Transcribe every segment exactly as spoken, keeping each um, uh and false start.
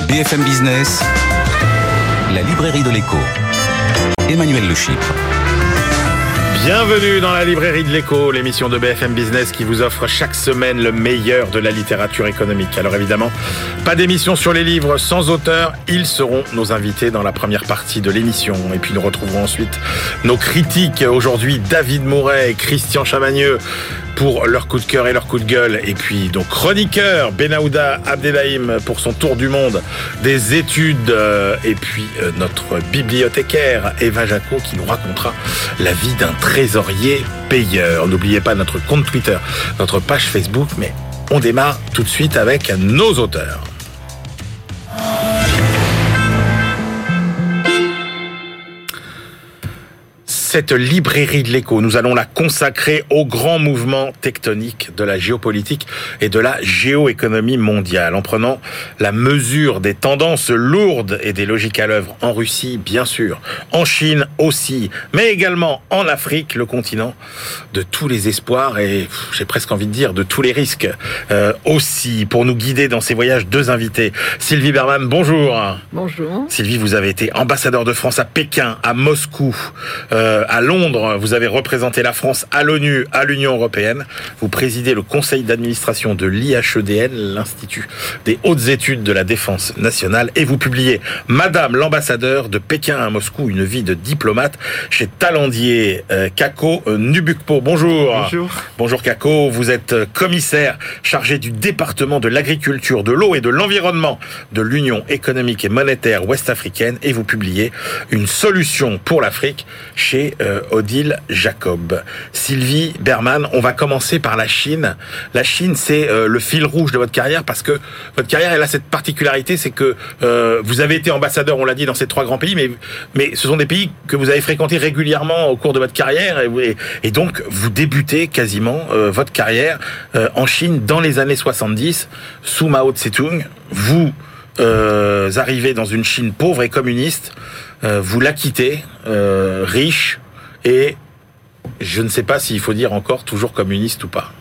B F M Business, la librairie de l'écho. Emmanuel Le Chypre. Bienvenue dans la librairie de l'écho, l'émission de B F M Business qui vous offre chaque semaine le meilleur de la littérature économique. Alors évidemment, pas d'émission sur les livres sans auteur, ils seront nos invités dans la première partie de l'émission. Et puis nous retrouverons ensuite nos critiques. Aujourd'hui, David Mouret et Christian Chamagneux pour leur coup de cœur et leur coup de gueule. Et puis donc chroniqueur Benaouda Abdelhaim pour son tour du monde des études. Et puis notre bibliothécaire Eva Jaco qui nous racontera la vie d'un trésorier payeur. N'oubliez pas notre compte Twitter, notre page Facebook, mais on démarre tout de suite avec nos auteurs. Cette librairie de l'écho, nous allons la consacrer au grand mouvement tectonique de la géopolitique et de la géoéconomie mondiale, en prenant la mesure des tendances lourdes et des logiques à l'œuvre en Russie, bien sûr, en Chine aussi, mais également en Afrique, le continent de tous les espoirs et, j'ai presque envie de dire, de tous les risques euh, aussi. Pour nous guider dans ces voyages, deux invités. Sylvie Berman, bonjour. Bonjour. Sylvie, vous avez été ambassadeur de France à Pékin, à Moscou, euh, à Londres, vous avez représenté la France à l'ONU, à l'Union européenne. Vous présidez le conseil d'administration de l'I H E D N, l'Institut des hautes études de la défense nationale, et vous publiez Madame l'ambassadeur de Pékin à Moscou, une vie de diplomate chez Talandier euh, Kako euh, Nubukpo. Bonjour. Bonjour. Bonjour Kako, vous êtes commissaire chargé du département de l'agriculture, de l'eau et de l'environnement de l'Union économique et monétaire ouest-africaine, et vous publiez Une solution pour l'Afrique chez euh, Odile Jacob. Sylvie Berman, on va commencer par la Chine. La Chine, c'est euh, le fil rouge de votre carrière parce que votre carrière, elle a cette particularité, c'est que euh, vous avez été ambassadeur, on l'a dit, dans ces trois grands pays, mais, mais ce sont des pays que vous avez fréquentés régulièrement au cours de votre carrière et, et donc vous débutez quasiment euh, votre carrière euh, en Chine dans les années soixante-dix sous Mao Tse-tung. Vous euh, arrivez dans une Chine pauvre et communiste. Euh, vous la quittez, euh, riche, et je ne sais pas s'il faut dire encore toujours communiste ou pas.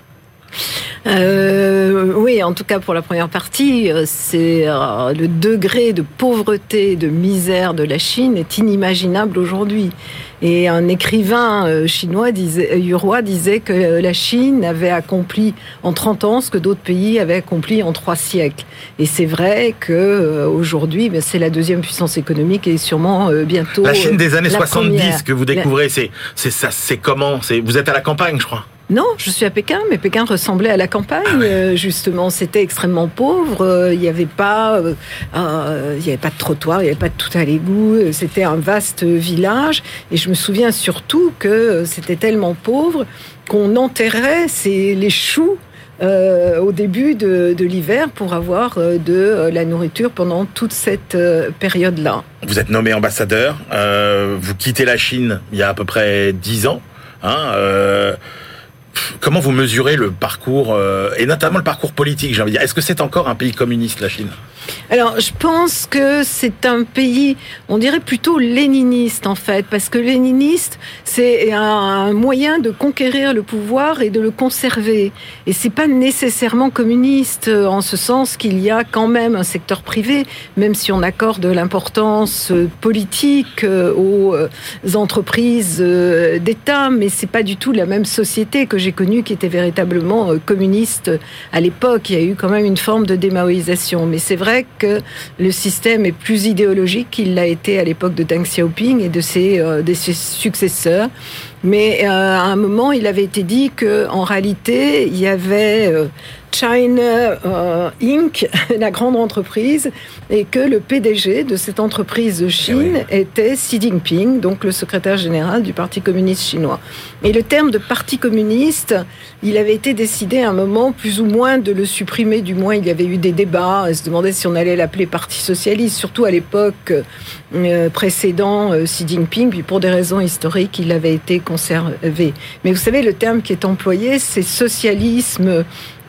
Euh, oui, en tout cas pour la première partie, c'est euh, le degré de pauvreté, de misère de la Chine est inimaginable aujourd'hui. Et un écrivain euh, chinois disait, Yuhua disait que la Chine avait accompli en trente ans ce que d'autres pays avaient accompli en trois siècles. Et c'est vrai que euh, aujourd'hui, ben, c'est la deuxième puissance économique et sûrement euh, bientôt la Chine des années euh, soixante-dix première. Que vous découvrez, la... c'est c'est ça, c'est comment, c'est vous êtes à la campagne, je crois. Non, je suis à Pékin, mais Pékin ressemblait à la campagne. Ah ouais. Justement, c'était extrêmement pauvre. Il n'y avait pas, euh, il y avait pas de trottoir, il n'y avait pas de tout à l'égout. C'était un vaste village. Et je me souviens surtout que c'était tellement pauvre qu'on enterrait ces, les choux Euh, au début de, de l'hiver pour avoir euh, de euh, la nourriture pendant toute cette euh, période-là. Vous êtes nommé ambassadeur, euh, vous quittez la Chine il y a à peu près dix ans. Hein, euh, comment vous mesurez le parcours, euh, et notamment le parcours politique, j'ai envie de dire. Est-ce que c'est encore un pays communiste, la Chine ? Alors, je pense que c'est un pays, on dirait plutôt léniniste en fait, parce que léniniste, c'est un moyen de conquérir le pouvoir et de le conserver. Et c'est pas nécessairement communiste en ce sens qu'il y a quand même un secteur privé, même si on accorde l'importance politique aux entreprises d'État, mais c'est pas du tout la même société que j'ai connue qui était véritablement communiste à l'époque. Il y a eu quand même une forme de démaoïsation, mais c'est vrai que le système est plus idéologique qu'il l'a été à l'époque de Deng Xiaoping et de ses, euh, de ses successeurs. Mais euh, à un moment, il avait été dit qu'en réalité, il y avait euh, China euh, Incorporated, la grande entreprise, et que le P D G de cette entreprise de Chine oui. était Xi Jinping, donc le secrétaire général du Parti communiste chinois. Et le terme de Parti communiste, il avait été décidé à un moment plus ou moins de le supprimer, du moins il y avait eu des débats, on se demandait si on allait l'appeler Parti socialiste, surtout à l'époque euh, précédant euh, Xi Jinping, puis pour des raisons historiques, il avait été conservé. Mais vous savez, le terme qui est employé, c'est socialisme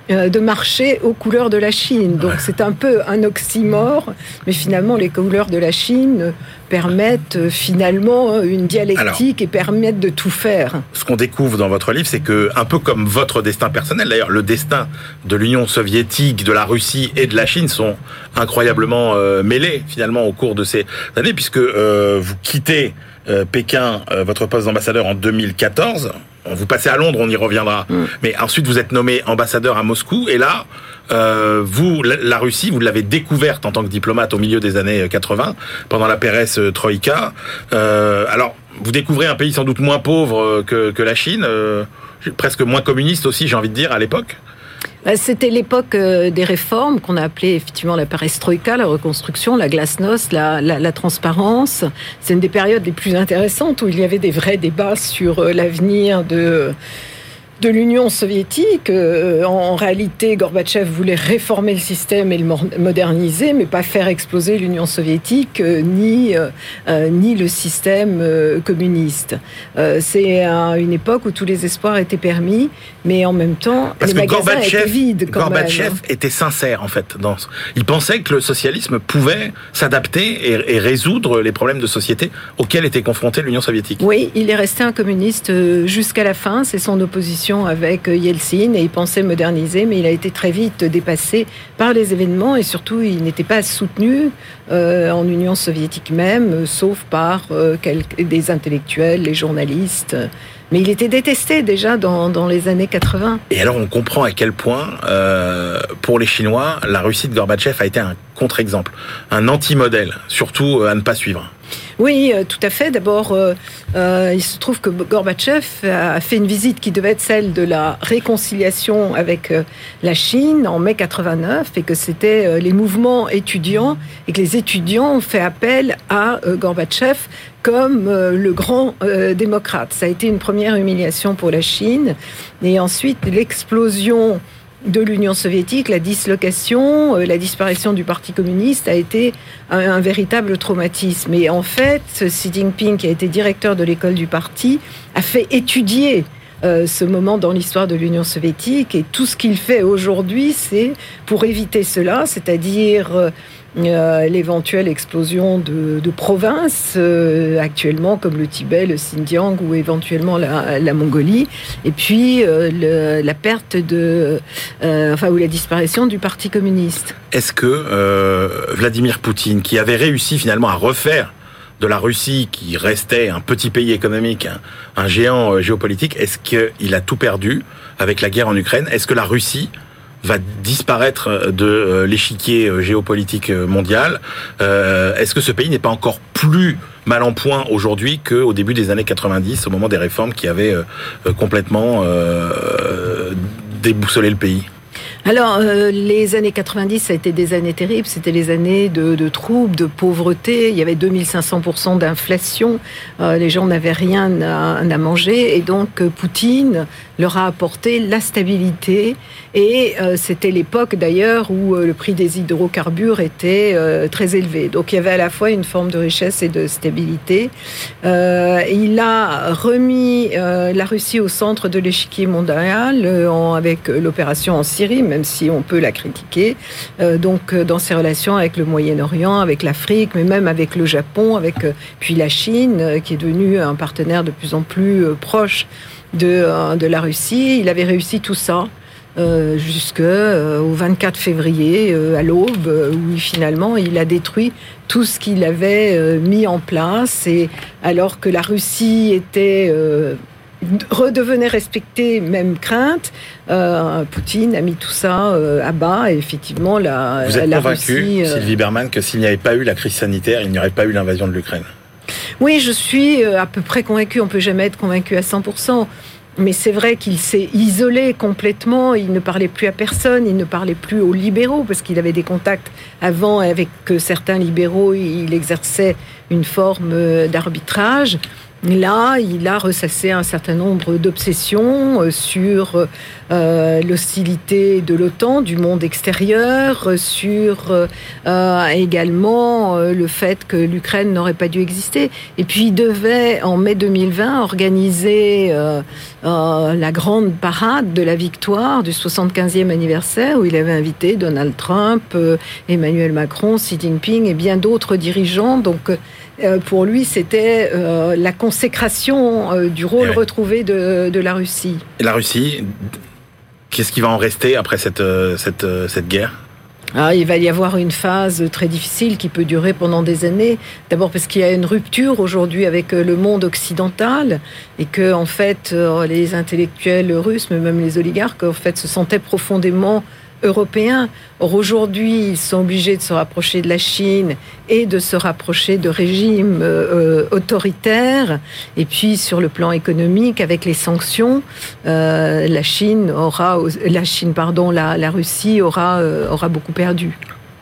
de marcher aux couleurs de la Chine. Donc c'est un peu un oxymore, mais finalement les couleurs de la Chine permettent finalement une dialectique. Alors, et permettent de tout faire. Ce qu'on découvre dans votre livre, c'est que, un peu comme votre destin personnel, d'ailleurs, le destin de l'Union soviétique, de la Russie et de la Chine sont incroyablement euh, mêlés finalement au cours de ces années, puisque euh, vous quittez euh, Pékin, euh, votre poste d'ambassadeur en deux mille quatorze. Vous passez à Londres, on y reviendra. Mm. Mais ensuite, vous êtes nommé ambassadeur à Moscou. Et là, euh, vous, la Russie, vous l'avez découverte en tant que diplomate au milieu des années quatre-vingts, pendant la Pérez Troïka. Euh, alors, vous découvrez un pays sans doute moins pauvre que, que la Chine, euh, presque moins communiste aussi, j'ai envie de dire, à l'époque. C'était l'époque des réformes qu'on a appelée effectivement la perestroïka, la reconstruction, la glasnost, la, la, la transparence. C'est une des périodes les plus intéressantes où il y avait des vrais débats sur l'avenir de... de l'Union soviétique. Euh, en réalité, Gorbatchev voulait réformer le système et le moderniser, mais pas faire exploser l'Union soviétique, euh, ni, euh, ni le système euh, communiste. Euh, c'est un, une époque où tous les espoirs étaient permis, mais en même temps, Parce les que magasins Gorbatchev, étaient vides quand Gorbatchev même. était sincère, en fait. Dans... Il pensait que le socialisme pouvait s'adapter et, et résoudre les problèmes de société auxquels était confrontée l'Union soviétique. Oui, il est resté un communiste jusqu'à la fin. C'est son opposition avec Yeltsin et il pensait moderniser, mais il a été très vite dépassé par les événements et surtout il n'était pas soutenu euh, en Union soviétique même, sauf par euh, quelques, des intellectuels, les journalistes. Mais il était détesté déjà dans, dans les années quatre-vingts. Et alors on comprend à quel point, euh, pour les Chinois, la Russie de Gorbatchev a été un contre-exemple, un anti-modèle, surtout à ne pas suivre. Oui, tout à fait. D'abord, euh, euh, il se trouve que Gorbatchev a fait une visite qui devait être celle de la réconciliation avec euh, la Chine en mai quatre-vingt-neuf et que c'était euh, les mouvements étudiants et que les étudiants ont fait appel à euh, Gorbatchev comme euh, le grand euh, démocrate. Ça a été une première humiliation pour la Chine et ensuite l'explosion de l'Union soviétique, la dislocation, euh, la disparition du Parti communiste a été un, un véritable traumatisme. Et en fait, Xi Jinping, qui a été directeur de l'école du parti, a fait étudier euh, ce moment dans l'histoire de l'Union soviétique. Et tout ce qu'il fait aujourd'hui, c'est pour éviter cela, c'est-à-dire euh, Euh, l'éventuelle explosion de, de provinces euh, actuellement comme le Tibet, le Xinjiang ou éventuellement la, la Mongolie, et puis euh, le, la perte de, euh, enfin ou la disparition du Parti communiste. Est-ce que euh, Vladimir Poutine, qui avait réussi finalement à refaire de la Russie, qui restait un petit pays économique, un, un géant euh, géopolitique, est-ce qu'il a tout perdu avec la guerre en Ukraine? Est-ce que la Russie va disparaître de l'échiquier géopolitique mondial? euh, Est-ce que ce pays n'est pas encore plus mal en point aujourd'hui qu'au début des années quatre-vingt-dix, au moment des réformes qui avaient euh, complètement euh, déboussolé le pays? Alors, euh, les années quatre-vingt-dix, ça a été des années terribles. C'était les années de, de troubles, de pauvreté. Il y avait deux mille cinq cents pour cent d'inflation. Euh, les gens n'avaient rien à, à manger. Et donc, Poutine leur a apporté la stabilité. Et euh, c'était l'époque, d'ailleurs, où euh, le prix des hydrocarbures était euh, très élevé. Donc, il y avait à la fois une forme de richesse et de stabilité. Euh, il a remis euh, la Russie au centre de l'échiquier mondial euh, en, avec l'opération en Syrie, même si on peut la critiquer, euh, donc euh, dans ses relations avec le Moyen-Orient, avec l'Afrique, mais même avec le Japon, avec euh, puis la Chine, euh, qui est devenue un partenaire de plus en plus euh, proche de, euh, de la Russie. Il avait réussi tout ça euh, jusqu'au euh, vingt-quatre février, euh, à l'aube, euh, où finalement il a détruit tout ce qu'il avait euh, mis en place, et alors que la Russie était... Euh, redevenait respectée, même crainte, euh, Poutine a mis tout ça euh, à bas et effectivement la, Vous êtes la convaincu, Russie... Euh... Sylvie Berman, que s'il n'y avait pas eu la crise sanitaire, il n'y aurait pas eu l'invasion de l'Ukraine? Oui, je suis à peu près convaincue. On ne peut jamais être convaincu à cent pour cent. Mais c'est vrai qu'il s'est isolé complètement, il ne parlait plus à personne, il ne parlait plus aux libéraux, parce qu'il avait des contacts avant avec certains libéraux, il exerçait une forme d'arbitrage. Là, il a ressassé un certain nombre d'obsessions euh, sur euh, l'hostilité de l'OTAN, du monde extérieur, euh, sur euh, également euh, le fait que l'Ukraine n'aurait pas dû exister. Et puis, il devait, en mai deux mille vingt, organiser euh, euh, la grande parade de la victoire du soixante-quinzième anniversaire, où il avait invité Donald Trump, euh, Emmanuel Macron, Xi Jinping et bien d'autres dirigeants. Donc, euh, pour lui, c'était euh, la consécration euh, du rôle ouais. retrouvé de, de la Russie. Et la Russie, qu'est-ce qui va en rester après cette, cette, cette guerre ? Ah, il va y avoir une phase très difficile qui peut durer pendant des années. D'abord parce qu'il y a une rupture aujourd'hui avec le monde occidental et que, en fait, les intellectuels russes, mais même les oligarques, en fait, se sentaient profondément européens. Or, aujourd'hui, ils sont obligés de se rapprocher de la Chine et de se rapprocher de régimes euh, autoritaires. Et puis, sur le plan économique, avec les sanctions, euh, la Chine aura, la Chine, pardon, la, la Russie aura, euh, aura beaucoup perdu.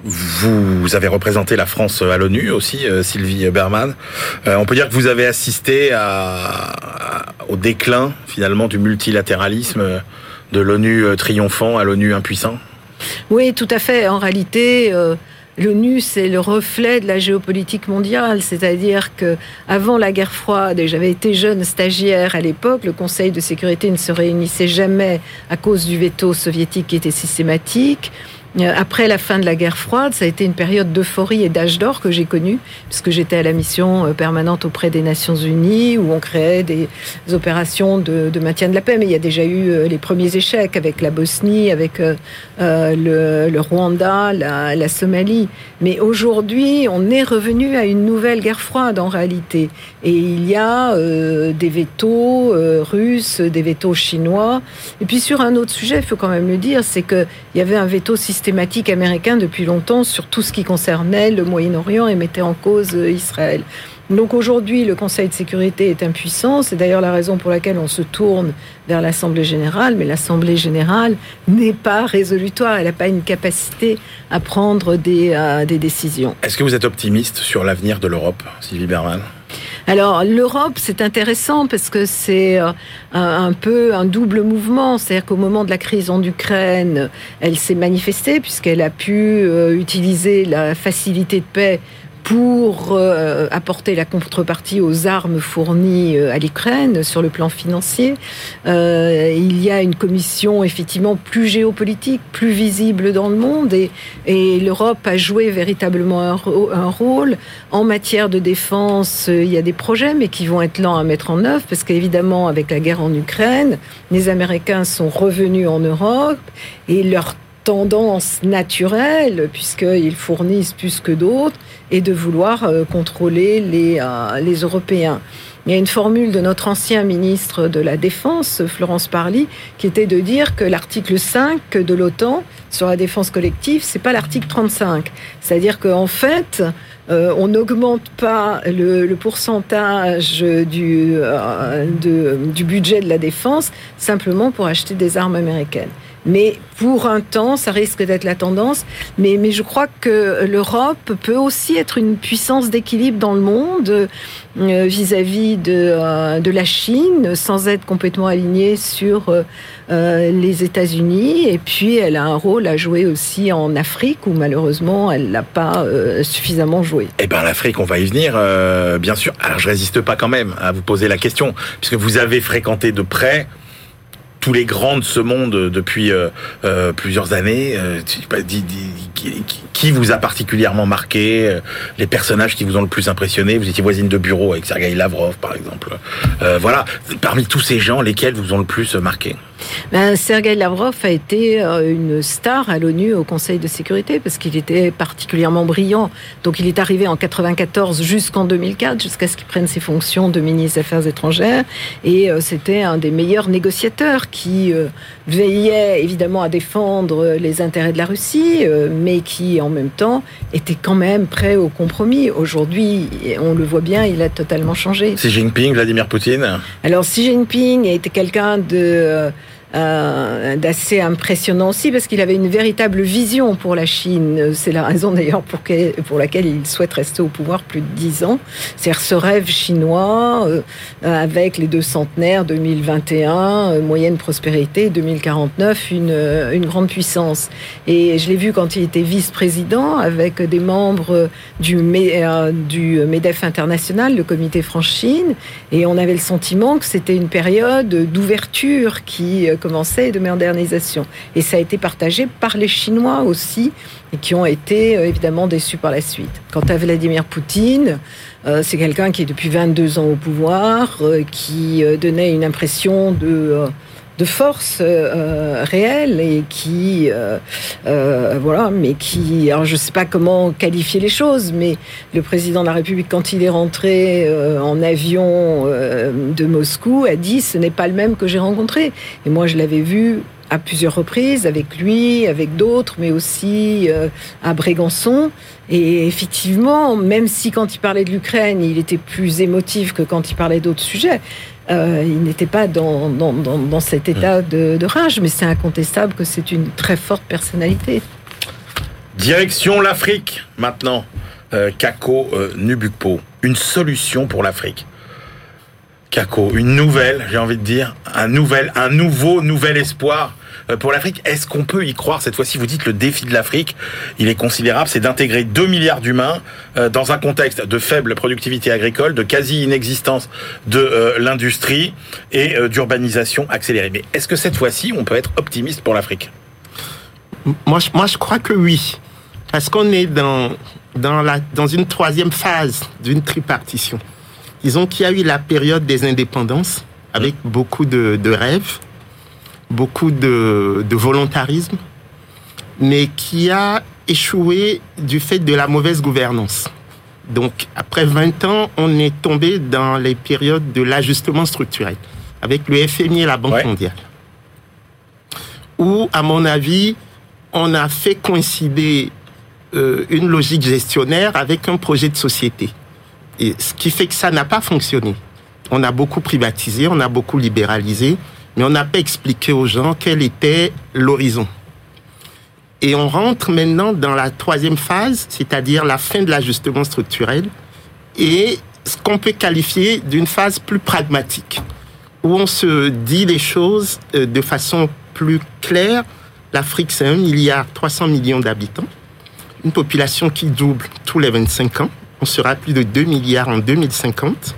Vous avez représenté la France à l'ONU aussi, euh, Sylvie Bermann. Euh, on peut dire que vous avez assisté à, à, au déclin, finalement, du multilatéralisme, de l'ONU triomphant à l'ONU impuissant. Oui, tout à fait. En réalité, euh, l'ONU, c'est le reflet de la géopolitique mondiale. C'est-à-dire qu'avant la guerre froide, et j'avais été jeune stagiaire à l'époque, le Conseil de sécurité ne se réunissait jamais à cause du veto soviétique qui était systématique. Après la fin de la guerre froide, ça a été une période d'euphorie et d'âge d'or que j'ai connue, puisque j'étais à la mission permanente auprès des Nations Unies, où on créait des opérations de, de maintien de la paix. Mais il y a déjà eu les premiers échecs avec la Bosnie, avec euh, le, le Rwanda, la, la Somalie. Mais aujourd'hui, on est revenu à une nouvelle guerre froide, en réalité. Et il y a euh, des vétos euh, russes, des vétos chinois. Et puis sur un autre sujet, il faut quand même le dire, c'est qu'il y avait un veto systématique systématique américain depuis longtemps sur tout ce qui concernait le Moyen-Orient et mettait en cause Israël. Donc aujourd'hui, le Conseil de sécurité est impuissant. C'est d'ailleurs la raison pour laquelle on se tourne vers l'Assemblée générale. Mais l'Assemblée générale n'est pas résolutoire. Elle n'a pas une capacité à prendre des, euh, des décisions. Est-ce que vous êtes optimiste sur l'avenir de l'Europe, Sylvie Bermann ? Alors, l'Europe, c'est intéressant parce que c'est un, un peu un double mouvement. C'est-à-dire qu'au moment de la crise en Ukraine, elle s'est manifestée puisqu'elle a pu euh, utiliser la facilité de paix pour euh, apporter la contrepartie aux armes fournies euh, à l'Ukraine sur le plan financier. Euh, il y a une commission effectivement plus géopolitique, plus visible dans le monde et, et l'Europe a joué véritablement un, un rôle. En matière de défense, euh, il y a des projets mais qui vont être lents à mettre en œuvre parce qu'évidemment avec la guerre en Ukraine, les Américains sont revenus en Europe et leur tendance naturelle, puisqu'ils fournissent plus que d'autres, et de vouloir euh, contrôler les, euh, les Européens. Il y a une formule de notre ancien ministre de la Défense, Florence Parly, qui était de dire que l'article cinq de l'OTAN sur la défense collective, c'est pas l'article trente-cinq. C'est-à-dire qu'en fait, euh, on n'augmente pas le, le pourcentage du, euh, de, du budget de la défense simplement pour acheter des armes américaines. Mais pour un temps, ça risque d'être la tendance. Mais, mais je crois que l'Europe peut aussi être une puissance d'équilibre dans le monde euh, vis-à-vis de, euh, de la Chine, sans être complètement alignée sur euh, les États-Unis. Et puis, elle a un rôle à jouer aussi en Afrique, où malheureusement, elle l'a pas euh, suffisamment joué. Eh bien, l'Afrique, on va y venir, euh, bien sûr. Alors, je résiste pas quand même à vous poser la question, puisque vous avez fréquenté de près tous les grands de ce monde depuis euh, euh, plusieurs années. Euh, qui, qui, qui vous a particulièrement marqué, euh, les personnages qui vous ont le plus impressionné? Vous étiez voisine de bureau avec Sergueï Lavrov, par exemple. Euh, voilà, parmi tous ces gens, lesquels vous ont le plus marqué? Ben, Sergueï Lavrov a été une star à l'ONU, au Conseil de sécurité, parce qu'il était particulièrement brillant. Donc il est arrivé en quatre-vingt-quatorze jusqu'en deux mille quatre, jusqu'à ce qu'il prenne ses fonctions de ministre des Affaires étrangères. Et euh, c'était un des meilleurs négociateurs qui euh, veillait évidemment à défendre les intérêts de la Russie, euh, mais qui en même temps était quand même prêt au compromis. Aujourd'hui, on le voit bien, il a totalement changé. Xi Jinping, Vladimir Poutine. Alors Xi Jinping a été quelqu'un de... Euh, euh, d'assez impressionnant aussi, parce qu'il avait une véritable vision pour la Chine. C'est la raison d'ailleurs pour, que, pour laquelle il souhaite rester au pouvoir plus de dix ans. C'est-à-dire ce rêve chinois euh, avec les deux centenaires, deux mille vingt et un, euh, moyenne prospérité, deux mille quarante-neuf, une, une grande puissance. Et je l'ai vu quand il était vice-président avec des membres du, euh, du MEDEF international, le comité France-Chine, et on avait le sentiment que c'était une période d'ouverture qui commençait, de modernisation. Et ça a été partagé par les Chinois aussi, et qui ont été évidemment déçus par la suite. Quant à Vladimir Poutine, euh, c'est quelqu'un qui est depuis vingt-deux ans au pouvoir, euh, qui euh, donnait une impression de... Euh, de force euh, réelle et qui euh, euh, voilà, mais qui, alors je sais pas comment qualifier les choses, mais le président de la République, quand il est rentré euh, en avion euh, de Moscou, a dit ce n'est pas le même que j'ai rencontré. Et moi je l'avais vu à plusieurs reprises avec lui, avec d'autres, mais aussi euh, à Brégançon. Et effectivement, même si quand il parlait de l'Ukraine, il était plus émotif que quand il parlait d'autres sujets, euh, il n'était pas dans, dans, dans, dans cet état de, de rage, mais c'est incontestable que c'est une très forte personnalité. Direction l'Afrique, maintenant. Euh, Kako euh, Nubukpo, une solution pour l'Afrique. Kako, une nouvelle, j'ai envie de dire, un nouvel, un nouveau, nouvel espoir pour l'Afrique. Est-ce qu'on peut y croire cette fois-ci? Vous dites le défi de l'Afrique, il est considérable, c'est d'intégrer deux milliards d'humains euh, dans un contexte de faible productivité agricole, de quasi-inexistence de euh, l'industrie et euh, d'urbanisation accélérée. Mais est-ce que cette fois-ci, on peut être optimiste pour l'Afrique? Moi, je, moi, je crois que oui. Parce qu'on est dans, dans, la, dans une troisième phase d'une tripartition. Disons qu'il y a eu la période des indépendances, avec mmh. beaucoup de, de rêves, beaucoup de, de volontarisme, mais qui a échoué du fait de la mauvaise gouvernance. Donc, après vingt ans, on est tombé dans les périodes de l'ajustement structurel, avec le F M I et la Banque ouais. mondiale, où, à mon avis, on a fait coïncider euh, une logique gestionnaire avec un projet de société. Et ce qui fait que ça n'a pas fonctionné. On a beaucoup privatisé, on a beaucoup libéralisé, mais on n'a pas expliqué aux gens quel était l'horizon. Et on rentre maintenant dans la troisième phase, c'est-à-dire la fin de l'ajustement structurel, et ce qu'on peut qualifier d'une phase plus pragmatique, où on se dit les choses de façon plus claire. L'Afrique, c'est un milliard trois cents millions d'habitants, une population qui double tous les vingt-cinq ans. On sera plus de deux milliards en deux mille cinquante.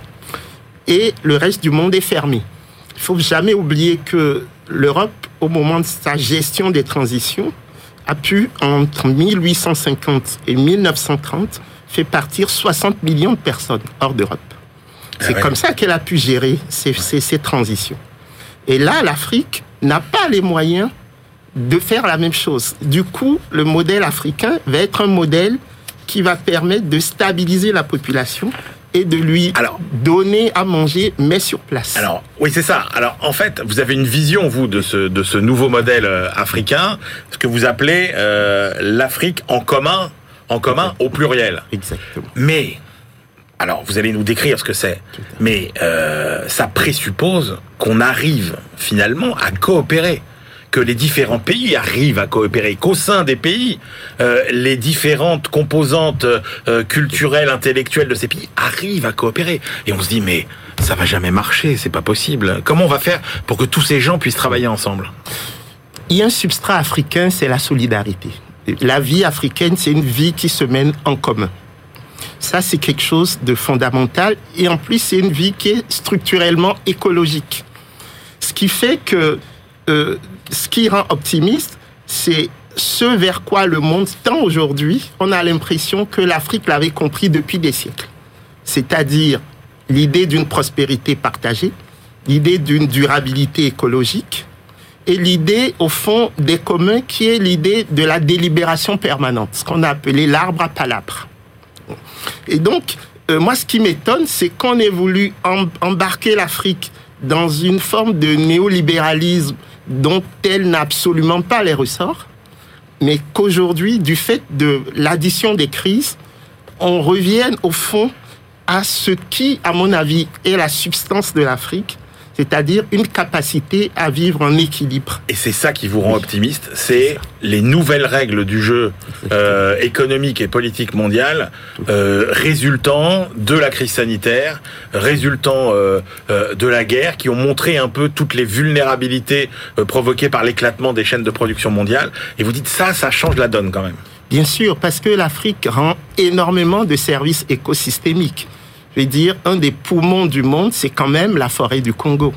Et le reste du monde est fermé. Il ne faut jamais oublier que l'Europe, au moment de sa gestion des transitions, a pu, entre mille huit cent cinquante et mille neuf cent trente, faire partir soixante millions de personnes hors d'Europe. C'est ah ouais. comme ça qu'elle a pu gérer ces, ces, ces transitions. Et là, l'Afrique n'a pas les moyens de faire la même chose. Du coup, le modèle africain va être un modèle qui va permettre de stabiliser la population et de lui alors, donner à manger, mais sur place. Alors, oui, c'est ça. Alors, en fait, vous avez une vision, vous, de ce, de ce nouveau modèle euh, africain, ce que vous appelez euh, l'Afrique en commun, en commun au pluriel. Exactement. Mais, alors, vous allez nous décrire ce que c'est, mais euh, ça présuppose qu'on arrive, finalement, à coopérer. Que les différents pays arrivent à coopérer, qu'au sein des pays, euh, les différentes composantes euh, culturelles, intellectuelles de ces pays arrivent à coopérer. Et on se dit, mais ça va jamais marcher, c'est pas possible. Comment on va faire pour que tous ces gens puissent travailler ensemble? Il y a un substrat africain, c'est la solidarité. La vie africaine, c'est une vie qui se mène en commun. Ça, c'est quelque chose de fondamental. Et en plus, c'est une vie qui est structurellement écologique. Ce qui fait que euh, ce qui rend optimiste, c'est ce vers quoi le monde tend aujourd'hui. On a l'impression que l'Afrique l'avait compris depuis des siècles. C'est-à-dire l'idée d'une prospérité partagée, l'idée d'une durabilité écologique et l'idée, au fond, des communs qui est l'idée de la délibération permanente, ce qu'on a appelé l'arbre à palabres. Et donc, euh, moi, ce qui m'étonne, c'est qu'on ait voulu embarquer l'Afrique dans une forme de néolibéralisme dont elle n'a absolument pas les ressorts, mais qu'aujourd'hui, du fait de l'addition des crises, on revienne au fond à ce qui, à mon avis, est la substance de l'Afrique, c'est-à-dire une capacité à vivre en équilibre. Et c'est ça qui vous rend optimiste, c'est les nouvelles règles du jeu euh, économique et politique mondial euh, résultant de la crise sanitaire, résultant euh, euh, de la guerre, qui ont montré un peu toutes les vulnérabilités euh, provoquées par l'éclatement des chaînes de production mondiale. Et vous dites ça, ça change la donne quand même. Bien sûr, parce que l'Afrique rend énormément de services écosystémiques. Je veux dire, un des poumons du monde, c'est quand même la forêt du Congo.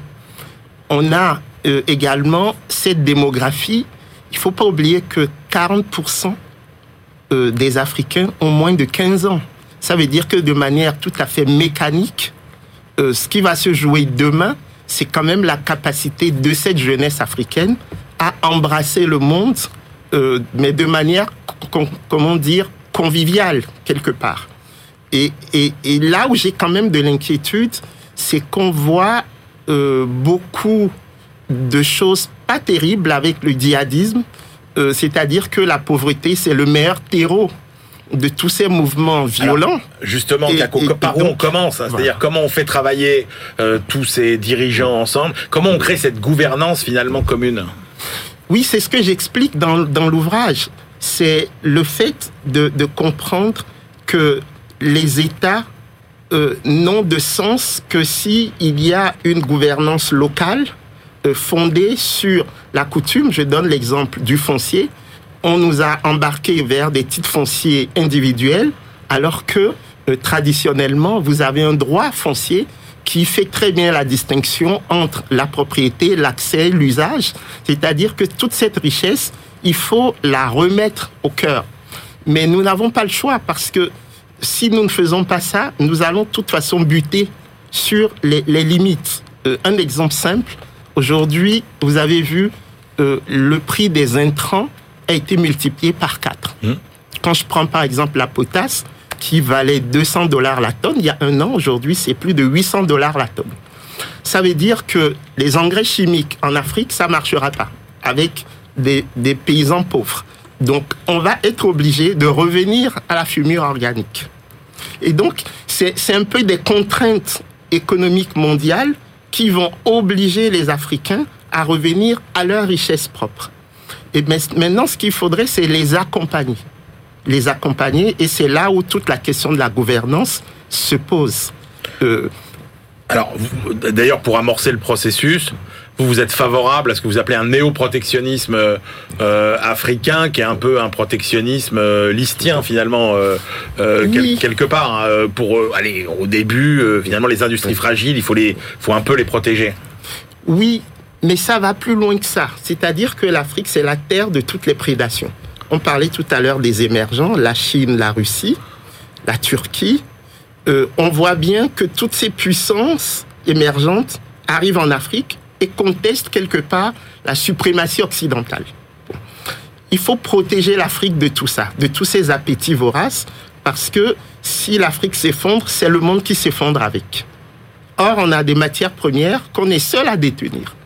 On a euh, également cette démographie. Il ne faut pas oublier que quarante pour cent euh, des Africains ont moins de quinze ans. Ça veut dire que de manière tout à fait mécanique, euh, ce qui va se jouer demain, c'est quand même la capacité de cette jeunesse africaine à embrasser le monde, euh, mais de manière, com- comment dire, conviviale, quelque part. Et, et, et là où j'ai quand même de l'inquiétude, c'est qu'on voit euh, beaucoup de choses pas terribles avec le djihadisme, euh, c'est-à-dire que la pauvreté, c'est le meilleur terreau de tous ces mouvements violents. Alors, justement, et, Kako, et, par et où donc, on commence hein, c'est-à-dire voilà. comment on fait travailler euh, tous ces dirigeants ensemble, comment on crée cette gouvernance finalement commune. Oui, c'est ce que j'explique dans, dans l'ouvrage. C'est le fait de, de comprendre que les États euh, n'ont de sens que si il y a une gouvernance locale euh, fondée sur la coutume. Je donne l'exemple du foncier. On nous a embarqués vers des titres fonciers individuels, alors que euh, traditionnellement, vous avez un droit foncier qui fait très bien la distinction entre la propriété, l'accès, l'usage. C'est-à-dire que toute cette richesse, il faut la remettre au cœur. Mais nous n'avons pas le choix, parce que si nous ne faisons pas ça, nous allons de toute façon buter sur les, les limites. Euh, un exemple simple, aujourd'hui, vous avez vu, euh, le prix des intrants a été multiplié par quatre. Mmh. Quand je prends par exemple la potasse, qui valait deux cents dollars la tonne, il y a un an, aujourd'hui, c'est plus de huit cents dollars la tonne. Ça veut dire que les engrais chimiques en Afrique, ça ne marchera pas avec des, des paysans pauvres. Donc, on va être obligé de revenir à la fumure organique. Et donc, c'est, c'est un peu des contraintes économiques mondiales qui vont obliger les Africains à revenir à leur richesse propre. Et maintenant, ce qu'il faudrait, c'est les accompagner. Les accompagner, et c'est là où toute la question de la gouvernance se pose. Euh, Alors, vous, d'ailleurs, pour amorcer le processus, vous, vous êtes favorable à ce que vous appelez un néo-protectionnisme euh, africain, qui est un peu un protectionnisme euh, listien, finalement, euh, euh, oui. quel, quelque part. Hein, pour euh, aller au début, euh, finalement, les industries oui. fragiles, il faut, les, faut un peu les protéger. Oui, mais ça va plus loin que ça. C'est-à-dire que l'Afrique, c'est la terre de toutes les prédations. On parlait tout à l'heure des émergents, la Chine, la Russie, la Turquie. Euh, on voit bien que toutes ces puissances émergentes arrivent en Afrique et contestent quelque part la suprématie occidentale. Bon. Il faut protéger l'Afrique de tout ça, de tous ces appétits voraces, parce que si l'Afrique s'effondre, c'est le monde qui s'effondre avec. Or, on a des matières premières qu'on est seul à détenir.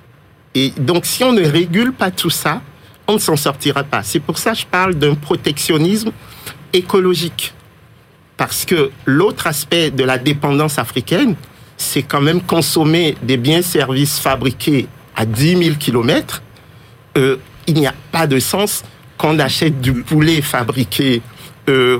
Et donc, si on ne régule pas tout ça, on ne s'en sortira pas. C'est pour ça que je parle d'un protectionnisme écologique. Parce que l'autre aspect de la dépendance africaine, c'est quand même consommer des biens et services fabriqués à dix mille kilomètres. Euh, il n'y a pas de sens qu'on achète du poulet fabriqué euh,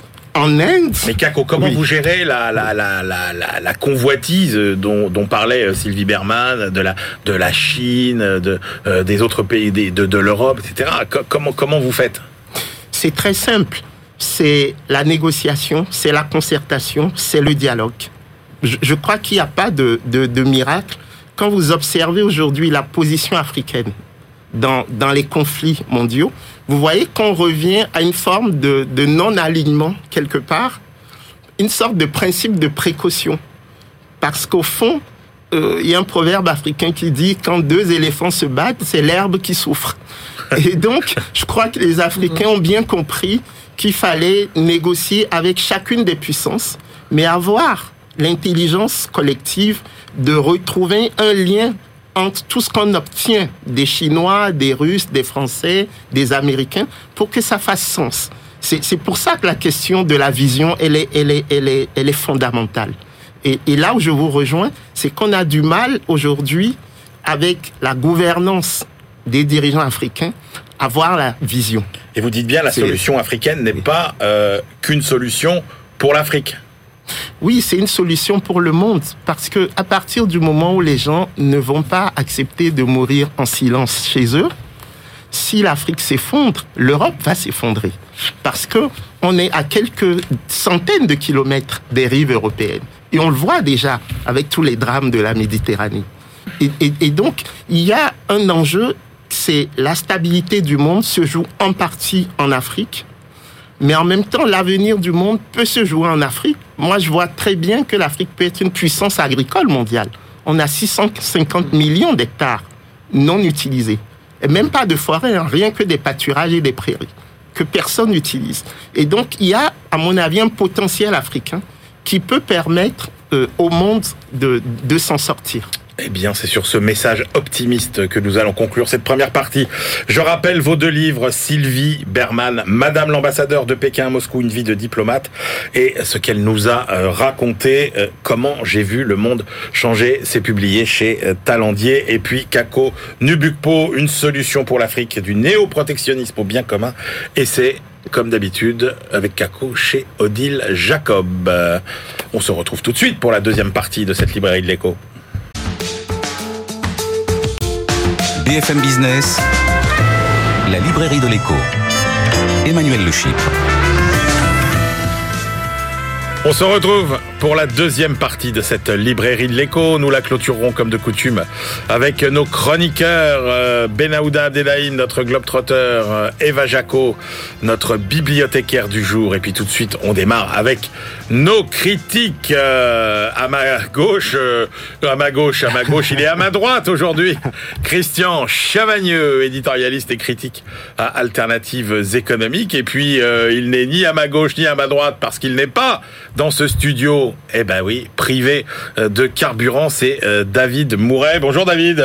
en Inde. Mais Kako, comment oui. vous gérez la, la, la, la, la, la convoitise dont, dont parlait Sylvie Berman, de la, de la Chine, de, euh, des autres pays de, de, de l'Europe, et cetera. Comment, comment vous faites ? C'est très simple. C'est la négociation, c'est la concertation, c'est le dialogue. Je, je crois qu'il n'y a pas de, de, de miracle. Quand vous observez aujourd'hui la position africaine dans, dans les conflits mondiaux, vous voyez qu'on revient à une forme de, de non-alignement quelque part, une sorte de principe de précaution. Parce qu'au fond, euh, il y a un proverbe africain qui dit « quand deux éléphants se battent, c'est l'herbe qui souffre ». Et donc, je crois que les Africains ont bien compris qu'il fallait négocier avec chacune des puissances, mais avoir l'intelligence collective de retrouver un lien entre tout ce qu'on obtient des Chinois, des Russes, des Français, des Américains, pour que ça fasse sens. C'est, c'est pour ça que la question de la vision, elle est, elle est, elle est, elle est fondamentale. Et, et là où je vous rejoins, c'est qu'on a du mal aujourd'hui avec la gouvernance des dirigeants africains à voir la vision. Et vous dites bien, la c'est... solution africaine n'est pas euh, qu'une solution pour l'Afrique. Oui, c'est une solution pour le monde, parce que à partir du moment où les gens ne vont pas accepter de mourir en silence chez eux, si l'Afrique s'effondre, l'Europe va s'effondrer, parce que on est à quelques centaines de kilomètres des rives européennes, et on le voit déjà avec tous les drames de la Méditerranée. Et, et, et donc, il y a un enjeu, c'est la stabilité du monde se joue en partie en Afrique, mais en même temps, l'avenir du monde peut se jouer en Afrique. Moi, je vois très bien que l'Afrique peut être une puissance agricole mondiale. On a six cent cinquante millions d'hectares non utilisés. Et même pas de forêt, hein, rien que des pâturages et des prairies, que personne n'utilise. Et donc, il y a, à mon avis, un potentiel africain qui peut permettre euh, au monde de, de s'en sortir. Eh bien, c'est sur ce message optimiste que nous allons conclure cette première partie. Je rappelle vos deux livres, Sylvie Bermann, Madame l'ambassadeur de Pékin à Moscou, une vie de diplomate, et ce qu'elle nous a euh, raconté, euh, comment j'ai vu le monde changer. C'est publié chez euh, Talandier. Et puis, Kako Nubukpo, une solution pour l'Afrique, du néo-protectionnisme au bien commun. Et c'est, comme d'habitude, avec Kako chez Odile Jacob. Euh, on se retrouve tout de suite pour la deuxième partie de cette librairie de l'écho. B F M Business, la librairie de l'écho. Emmanuel Le Chypre. On se retrouve pour la deuxième partie de cette librairie de l'écho. Nous la clôturerons comme de coutume avec nos chroniqueurs, euh, Benaouda Abdelhaim, notre globetrotter, euh, Eva Jaco, notre bibliothécaire du jour. Et puis tout de suite, on démarre avec nos critiques. Euh, à ma gauche, euh, à ma gauche, à ma gauche, il est à ma droite aujourd'hui. Christian Chavagneux, éditorialiste et critique à Alternatives économiques. Et puis, euh, il n'est ni à ma gauche ni à ma droite parce qu'il n'est pas dans ce studio, eh ben oui, privé de carburant, c'est David Mouret. Bonjour David.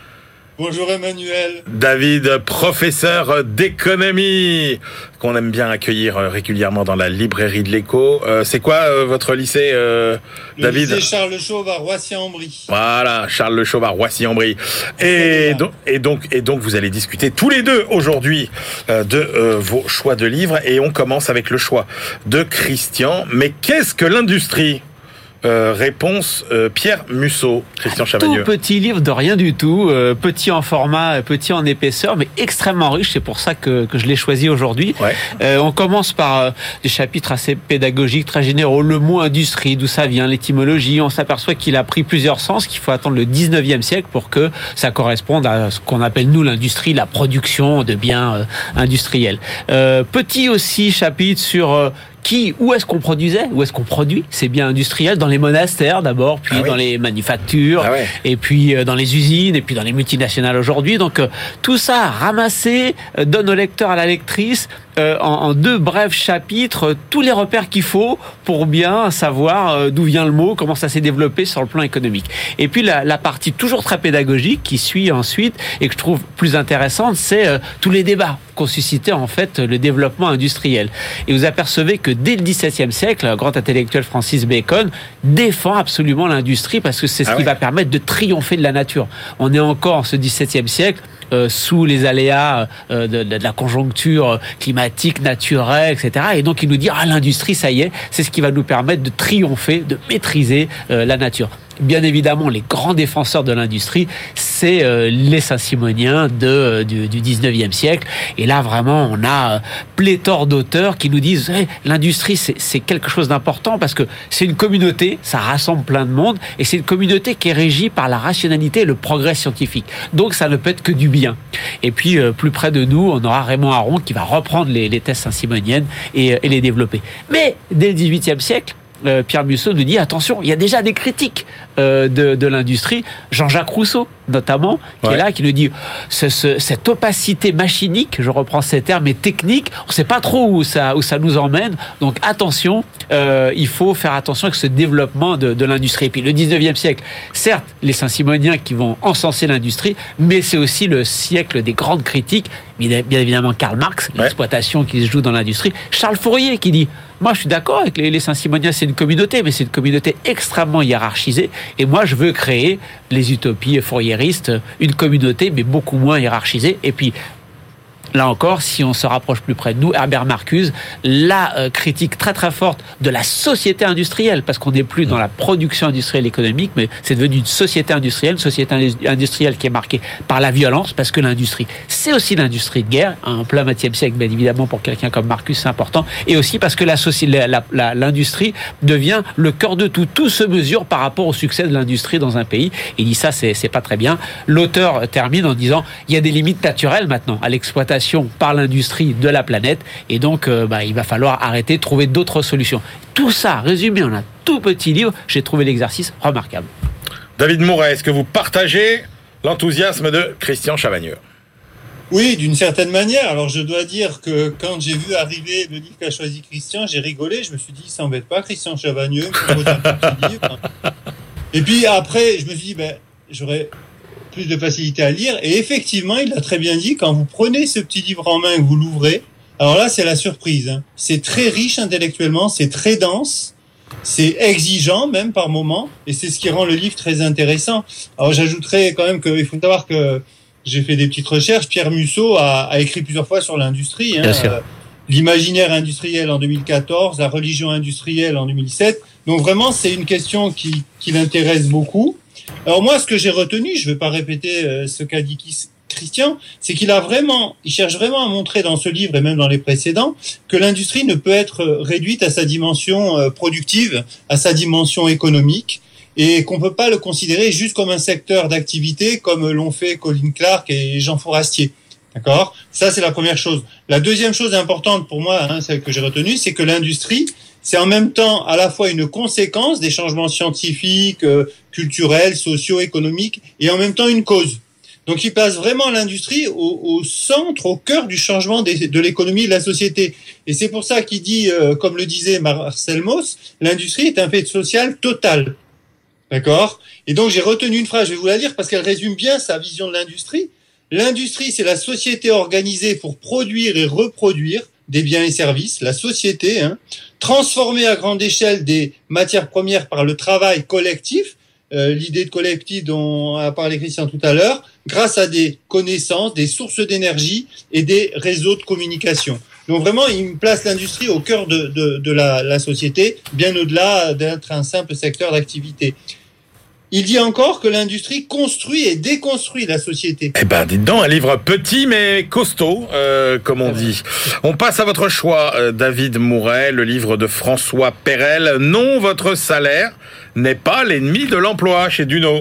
Bonjour Emmanuel. David, professeur d'économie, qu'on aime bien accueillir régulièrement dans la librairie de l'écho. Euh, c'est quoi euh, votre lycée, euh, Le David ? Le lycée Charles Chauve à Roissy-en-Brie. Voilà, Charles Le Chauve à Roissy-en-Brie. Et donc, et donc, et donc, vous allez discuter tous les deux aujourd'hui euh, de euh, vos choix de livres. Et on commence avec le choix de Christian. Mais qu'est-ce que l'industrie ? Euh, réponse euh, Pierre Musso, Christian Chavagneux. Tout petit livre de rien du tout, euh, petit en format, petit en épaisseur, mais extrêmement riche. C'est pour ça que, que je l'ai choisi aujourd'hui. Ouais. Euh, on commence par euh, des chapitres assez pédagogiques, très généraux. Le mot industrie, d'où ça vient, l'étymologie. On s'aperçoit qu'il a pris plusieurs sens, qu'il faut attendre le dix-neuvième siècle pour que ça corresponde à ce qu'on appelle nous l'industrie, la production de biens euh, industriels. Euh, petit aussi chapitre sur euh, Qui, où est-ce qu'on produisait, où est-ce qu'on produit ces biens industriels, dans les monastères d'abord, puis ah oui. dans les manufactures, ah ouais. et puis dans les usines, et puis dans les multinationales aujourd'hui. Donc tout ça ramassé donne au lecteur, à la lectrice, euh, en, en deux brefs chapitres, tous les repères qu'il faut pour bien savoir d'où vient le mot, comment ça s'est développé sur le plan économique. Et puis la, la partie toujours très pédagogique qui suit ensuite, et que je trouve plus intéressante, c'est euh, tous les débats qu'ont suscité en fait le développement industriel. Et vous apercevez que dès le dix-septième siècle, le grand intellectuel Francis Bacon défend absolument l'industrie parce que c'est ce ah qui ouais. va permettre de triompher de la nature. On est encore en ce dix-septième siècle euh, sous les aléas euh, de, de la conjoncture climatique, naturelle, et cetera. Et donc il nous dit ah l'industrie, ça y est, c'est ce qui va nous permettre de triompher, de maîtriser euh, la nature. Bien évidemment, les grands défenseurs de l'industrie, c'est euh, les Saint-Simoniens de, euh, du, du dix-neuvième siècle. Et là, vraiment, on a euh, pléthore d'auteurs qui nous disent hey, l'industrie, c'est, c'est quelque chose d'important parce que c'est une communauté, ça rassemble plein de monde, et c'est une communauté qui est régie par la rationalité et le progrès scientifique. Donc, ça ne peut être que du bien. Et puis, euh, plus près de nous, on aura Raymond Aron qui va reprendre les, les thèses saint-simoniennes et, et les développer. Mais, dès le dix-huitième siècle, Euh, Pierre Musso nous dit attention, il y a déjà des critiques euh, de, de l'industrie. Jean-Jacques Rousseau, notamment, qui ouais. est là, qui nous dit ce, ce, cette opacité machinique, je reprends ces termes, et technique, on ne sait pas trop où ça, où ça nous emmène. Donc attention, euh, il faut faire attention avec ce développement de, de l'industrie. Et puis le dix-neuvième siècle, certes, les Saint-Simoniens qui vont encenser l'industrie, mais c'est aussi le siècle des grandes critiques. bien évidemment Karl Marx, ouais. l'exploitation qui se joue dans l'industrie. Charles Fourier qui dit, moi je suis d'accord avec les, les Saint-Simoniens, c'est une communauté, mais c'est une communauté extrêmement hiérarchisée, et moi je veux créer les utopies fouriéristes, une communauté mais beaucoup moins hiérarchisée. Et puis là encore, si on se rapproche plus près de nous, Herbert Marcuse, la euh, critique très très forte de la société industrielle, parce qu'on n'est plus dans la production industrielle économique, mais c'est devenu une société industrielle, une société industrielle qui est marquée par la violence, parce que l'industrie, c'est aussi l'industrie de guerre, en plein vingtième siècle, bien évidemment, pour quelqu'un comme Marcuse, c'est important, et aussi parce que la, la, la, l'industrie devient le cœur de tout. Tout se mesure par rapport au succès de l'industrie dans un pays. Il dit ça, c'est, c'est pas très bien. L'auteur termine en disant, il y a des limites naturelles maintenant à l'exploitation par l'industrie de la planète, et donc euh, bah, il va falloir arrêter, trouver d'autres solutions. Tout ça résumé en un tout petit livre, j'ai trouvé l'exercice remarquable. David Mouret, est-ce que vous partagez l'enthousiasme de Christian Chavagneux? Oui, d'une certaine manière. Alors je dois dire que quand j'ai vu arriver le livre qu'a choisi Christian, j'ai rigolé, je me suis dit, il s'embête pas Christian Chavagneux, il me propose un petit livre. Et puis après, je me suis dit, ben, j'aurais plus de facilité à lire, et effectivement il l'a très bien dit, quand vous prenez ce petit livre en main et que vous l'ouvrez, alors là c'est la surprise, hein. C'est très riche intellectuellement, c'est très dense, c'est exigeant même par moments, et c'est ce qui rend le livre très intéressant. Alors j'ajouterais quand même qu'il faut savoir que j'ai fait des petites recherches, Pierre Musso a, a écrit plusieurs fois sur l'industrie, hein. Bien sûr. Euh, l'imaginaire industriel en deux mille quatorze, la religion industrielle en deux mille sept, donc vraiment c'est une question qui, qui l'intéresse beaucoup. Alors moi, ce que j'ai retenu, je ne vais pas répéter euh, ce qu'a dit Christian, c'est qu'il a vraiment, il cherche vraiment à montrer dans ce livre et même dans les précédents que l'industrie ne peut être réduite à sa dimension euh, productive, à sa dimension économique, et qu'on ne peut pas le considérer juste comme un secteur d'activité comme l'ont fait Colin Clark et Jean Fourastier. D'accord ? Ça, c'est la première chose. La deuxième chose importante pour moi, hein, celle que j'ai retenue, c'est que l'industrie, c'est en même temps à la fois une conséquence des changements scientifiques, euh, culturels, sociaux, économiques, et en même temps une cause. Donc il place vraiment l'industrie au, au centre, au cœur du changement des, de l'économie et de la société. Et c'est pour ça qu'il dit, euh, comme le disait Marcel Mauss, l'industrie est un fait social total. D'accord ? Et donc j'ai retenu une phrase, je vais vous la lire parce qu'elle résume bien sa vision de l'industrie. L'industrie, c'est la société organisée pour produire et reproduire des biens et services, la société, hein, transformer à grande échelle des matières premières par le travail collectif, euh, l'idée de collectif dont a parlé Christian tout à l'heure, grâce à des connaissances, des sources d'énergie et des réseaux de communication. Donc vraiment, il place l'industrie au cœur de, de, de la, la société, bien au-delà d'être un simple secteur d'activité. Il dit encore que l'industrie construit et déconstruit la société. Eh ben, dites donc, un livre petit mais costaud, euh, comme on dit. On passe à votre choix, euh, David Mouret, le livre de François Perel. Non, votre salaire n'est pas l'ennemi de l'emploi, chez Duno.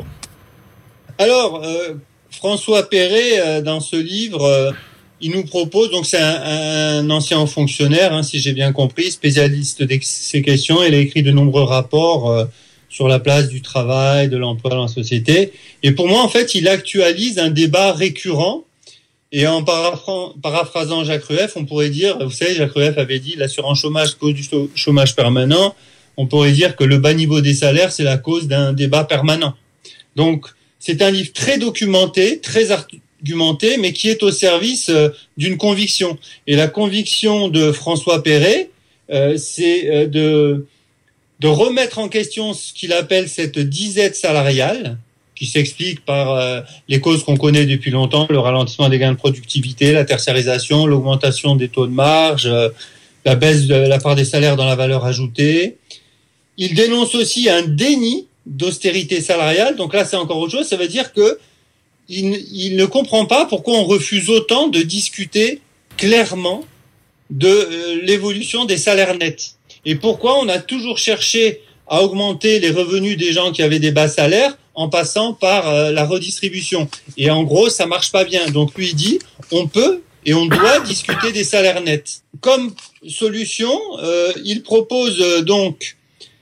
Alors, euh, François Perret, euh, dans ce livre, euh, il nous propose, donc c'est un, un ancien fonctionnaire, hein, si j'ai bien compris, spécialiste de ces questions. Il a écrit de nombreux rapports euh, sur la place du travail, de l'emploi dans la société. Et pour moi, en fait, il actualise un débat récurrent. Et en paraphrasant, paraphrasant Jacques Rueff, on pourrait dire, vous savez, Jacques Rueff avait dit l'assurance chômage cause du chômage permanent. On pourrait dire que le bas niveau des salaires, c'est la cause d'un débat permanent. Donc, c'est un livre très documenté, très argumenté, mais qui est au service euh, d'une conviction. Et la conviction de François Perret, euh, c'est euh, de... de remettre en question ce qu'il appelle cette disette salariale, qui s'explique par euh, les causes qu'on connaît depuis longtemps, le ralentissement des gains de productivité, la tertiarisation, l'augmentation des taux de marge, euh, la baisse de la part des salaires dans la valeur ajoutée. Il dénonce aussi un déni d'austérité salariale, donc là c'est encore autre chose, ça veut dire que il, il ne comprend pas pourquoi on refuse autant de discuter clairement de euh, l'évolution des salaires nets. Et pourquoi on a toujours cherché à augmenter les revenus des gens qui avaient des bas salaires en passant par euh, la redistribution. Et en gros, ça marche pas bien. Donc lui, il dit, on peut et on doit discuter des salaires nets. Comme solution, euh, il propose euh, donc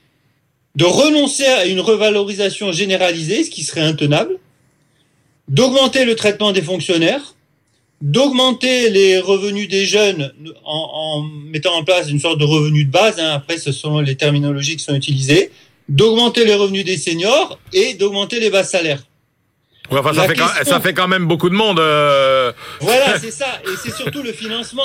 de renoncer à une revalorisation généralisée, ce qui serait intenable, d'augmenter le traitement des fonctionnaires, d'augmenter les revenus des jeunes en, en mettant en place une sorte de revenu de base, hein, après ce sont les terminologies qui sont utilisées, d'augmenter les revenus des seniors et d'augmenter les bas salaires. Ouais, enfin, ça fait, question... quand, ça fait quand même beaucoup de monde. Euh... Voilà, c'est ça. Et c'est surtout le financement.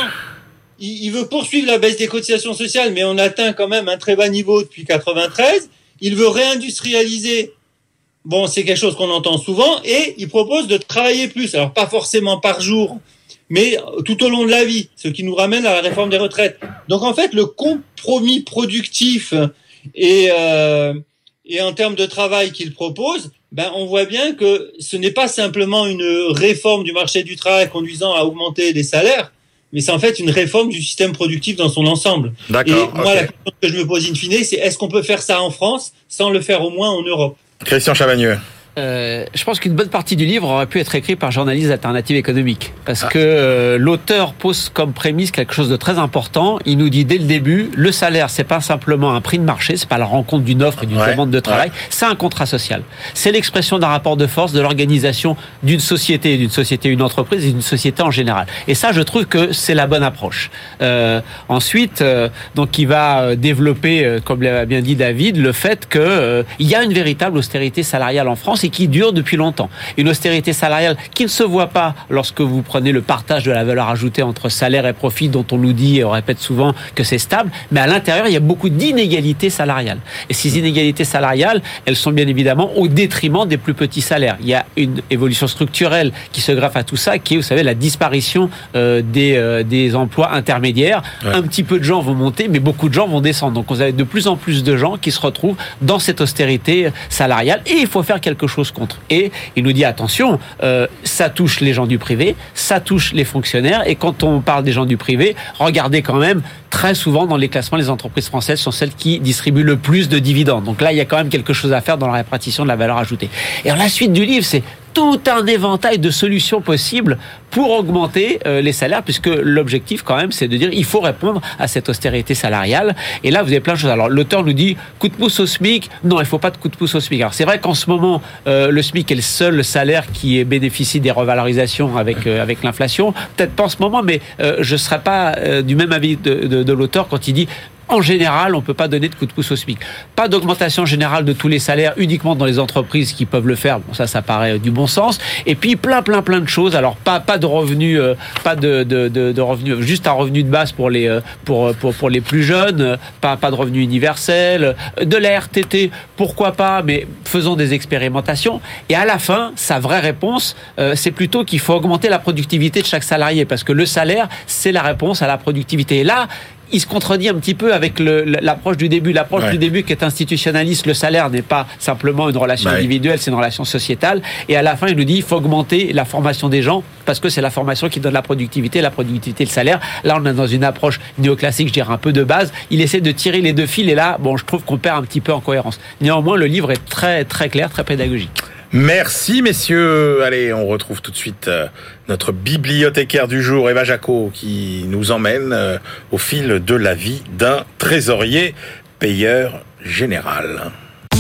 Il, il veut poursuivre la baisse des cotisations sociales, mais on atteint quand même un très bas niveau depuis quatre-vingt-treize. Il veut réindustrialiser. Bon, c'est quelque chose qu'on entend souvent. Et il propose de travailler plus. Alors, pas forcément par jour, mais tout au long de la vie. Ce qui nous ramène à la réforme des retraites. Donc, en fait, le compromis productif et, euh, et en termes de travail qu'il propose, ben, on voit bien que ce n'est pas simplement une réforme du marché du travail conduisant à augmenter les salaires, mais c'est en fait une réforme du système productif dans son ensemble. D'accord. Et moi, okay. la question que je me pose in fine, c'est est-ce qu'on peut faire ça en France sans le faire au moins en Europe? Christian Chavagneux. Euh, je pense qu'une bonne partie du livre aurait pu être écrit par Journalistes d'Alternative économique, parce ah. que euh, l'auteur pose comme prémisse quelque chose de très important. Il nous dit dès le début, le salaire, c'est pas simplement un prix de marché, c'est pas la rencontre d'une offre et d'une ouais. demande de travail, ouais. c'est un contrat social. C'est l'expression d'un rapport de force de l'organisation d'une société, d'une société, une entreprise et d'une société en général. Et ça, je trouve que c'est la bonne approche. Euh, ensuite, euh, donc, il va développer, euh, comme l'a bien dit David, le fait que euh, il y a une véritable austérité salariale en France et qui dure depuis longtemps. Une austérité salariale qui ne se voit pas lorsque vous prenez le partage de la valeur ajoutée entre salaire et profit, dont on nous dit et on répète souvent que c'est stable, mais à l'intérieur, il y a beaucoup d'inégalités salariales. Et ces inégalités salariales, elles sont bien évidemment au détriment des plus petits salaires. Il y a une évolution structurelle qui se greffe à tout ça, qui est, vous savez, la disparition euh, des, euh, des emplois intermédiaires. Ouais. Un petit peu de gens vont monter, mais beaucoup de gens vont descendre. Donc, vous avez de plus en plus de gens qui se retrouvent dans cette austérité salariale et il faut faire quelque chose contre. Et il nous dit attention, euh, ça touche les gens du privé, ça touche les fonctionnaires, et quand on parle des gens du privé, regardez quand même, très souvent dans les classements, les entreprises françaises sont celles qui distribuent le plus de dividendes. Donc là, il y a quand même quelque chose à faire dans la répartition de la valeur ajoutée. Et alors la suite du livre, c'est tout un éventail de solutions possibles pour augmenter euh, les salaires, puisque l'objectif quand même, c'est de dire il faut répondre à cette austérité salariale. Et là, vous avez plein de choses. Alors l'auteur nous dit coup de pouce au SMIC. Non, il ne faut pas de coup de pouce au SMIC. Alors c'est vrai qu'en ce moment, euh, le SMIC est le seul salaire qui bénéficie des revalorisations avec euh, avec l'inflation. Peut-être pas en ce moment, mais euh, je ne serais pas euh, du même avis de, de, de l'auteur quand il dit en général, on ne peut pas donner de coup de pouce au SMIC. Pas d'augmentation générale de tous les salaires, uniquement dans les entreprises qui peuvent le faire. Bon, ça, ça paraît du bon sens. Et puis, plein, plein, plein de choses. Alors, pas, pas de revenus, euh, pas de, de, de, de revenus, juste un revenu de base pour les, euh, pour, pour, pour les plus jeunes. Euh, pas, pas de revenu universel. De la R T T, pourquoi pas, mais faisons des expérimentations. Et à la fin, sa vraie réponse, euh, c'est plutôt qu'il faut augmenter la productivité de chaque salarié. Parce que le salaire, c'est la réponse à la productivité. Et là, il se contredit un petit peu avec le, l'approche du début. L'approche ouais. du début qui est institutionnaliste. Le salaire n'est pas simplement une relation ouais. individuelle, c'est une relation sociétale. Et à la fin, il nous dit il faut augmenter la formation des gens parce que c'est la formation qui donne la productivité, la productivité, le salaire. Là, on est dans une approche néoclassique, je dirais un peu de base. Il essaie de tirer les deux fils et là, bon, je trouve qu'on perd un petit peu en cohérence. Néanmoins, le livre est très, très clair, très pédagogique. Merci messieurs. Allez, on retrouve tout de suite euh, notre bibliothécaire du jour, Eva Jacot, qui nous emmène euh, au fil de la vie d'un trésorier payeur général.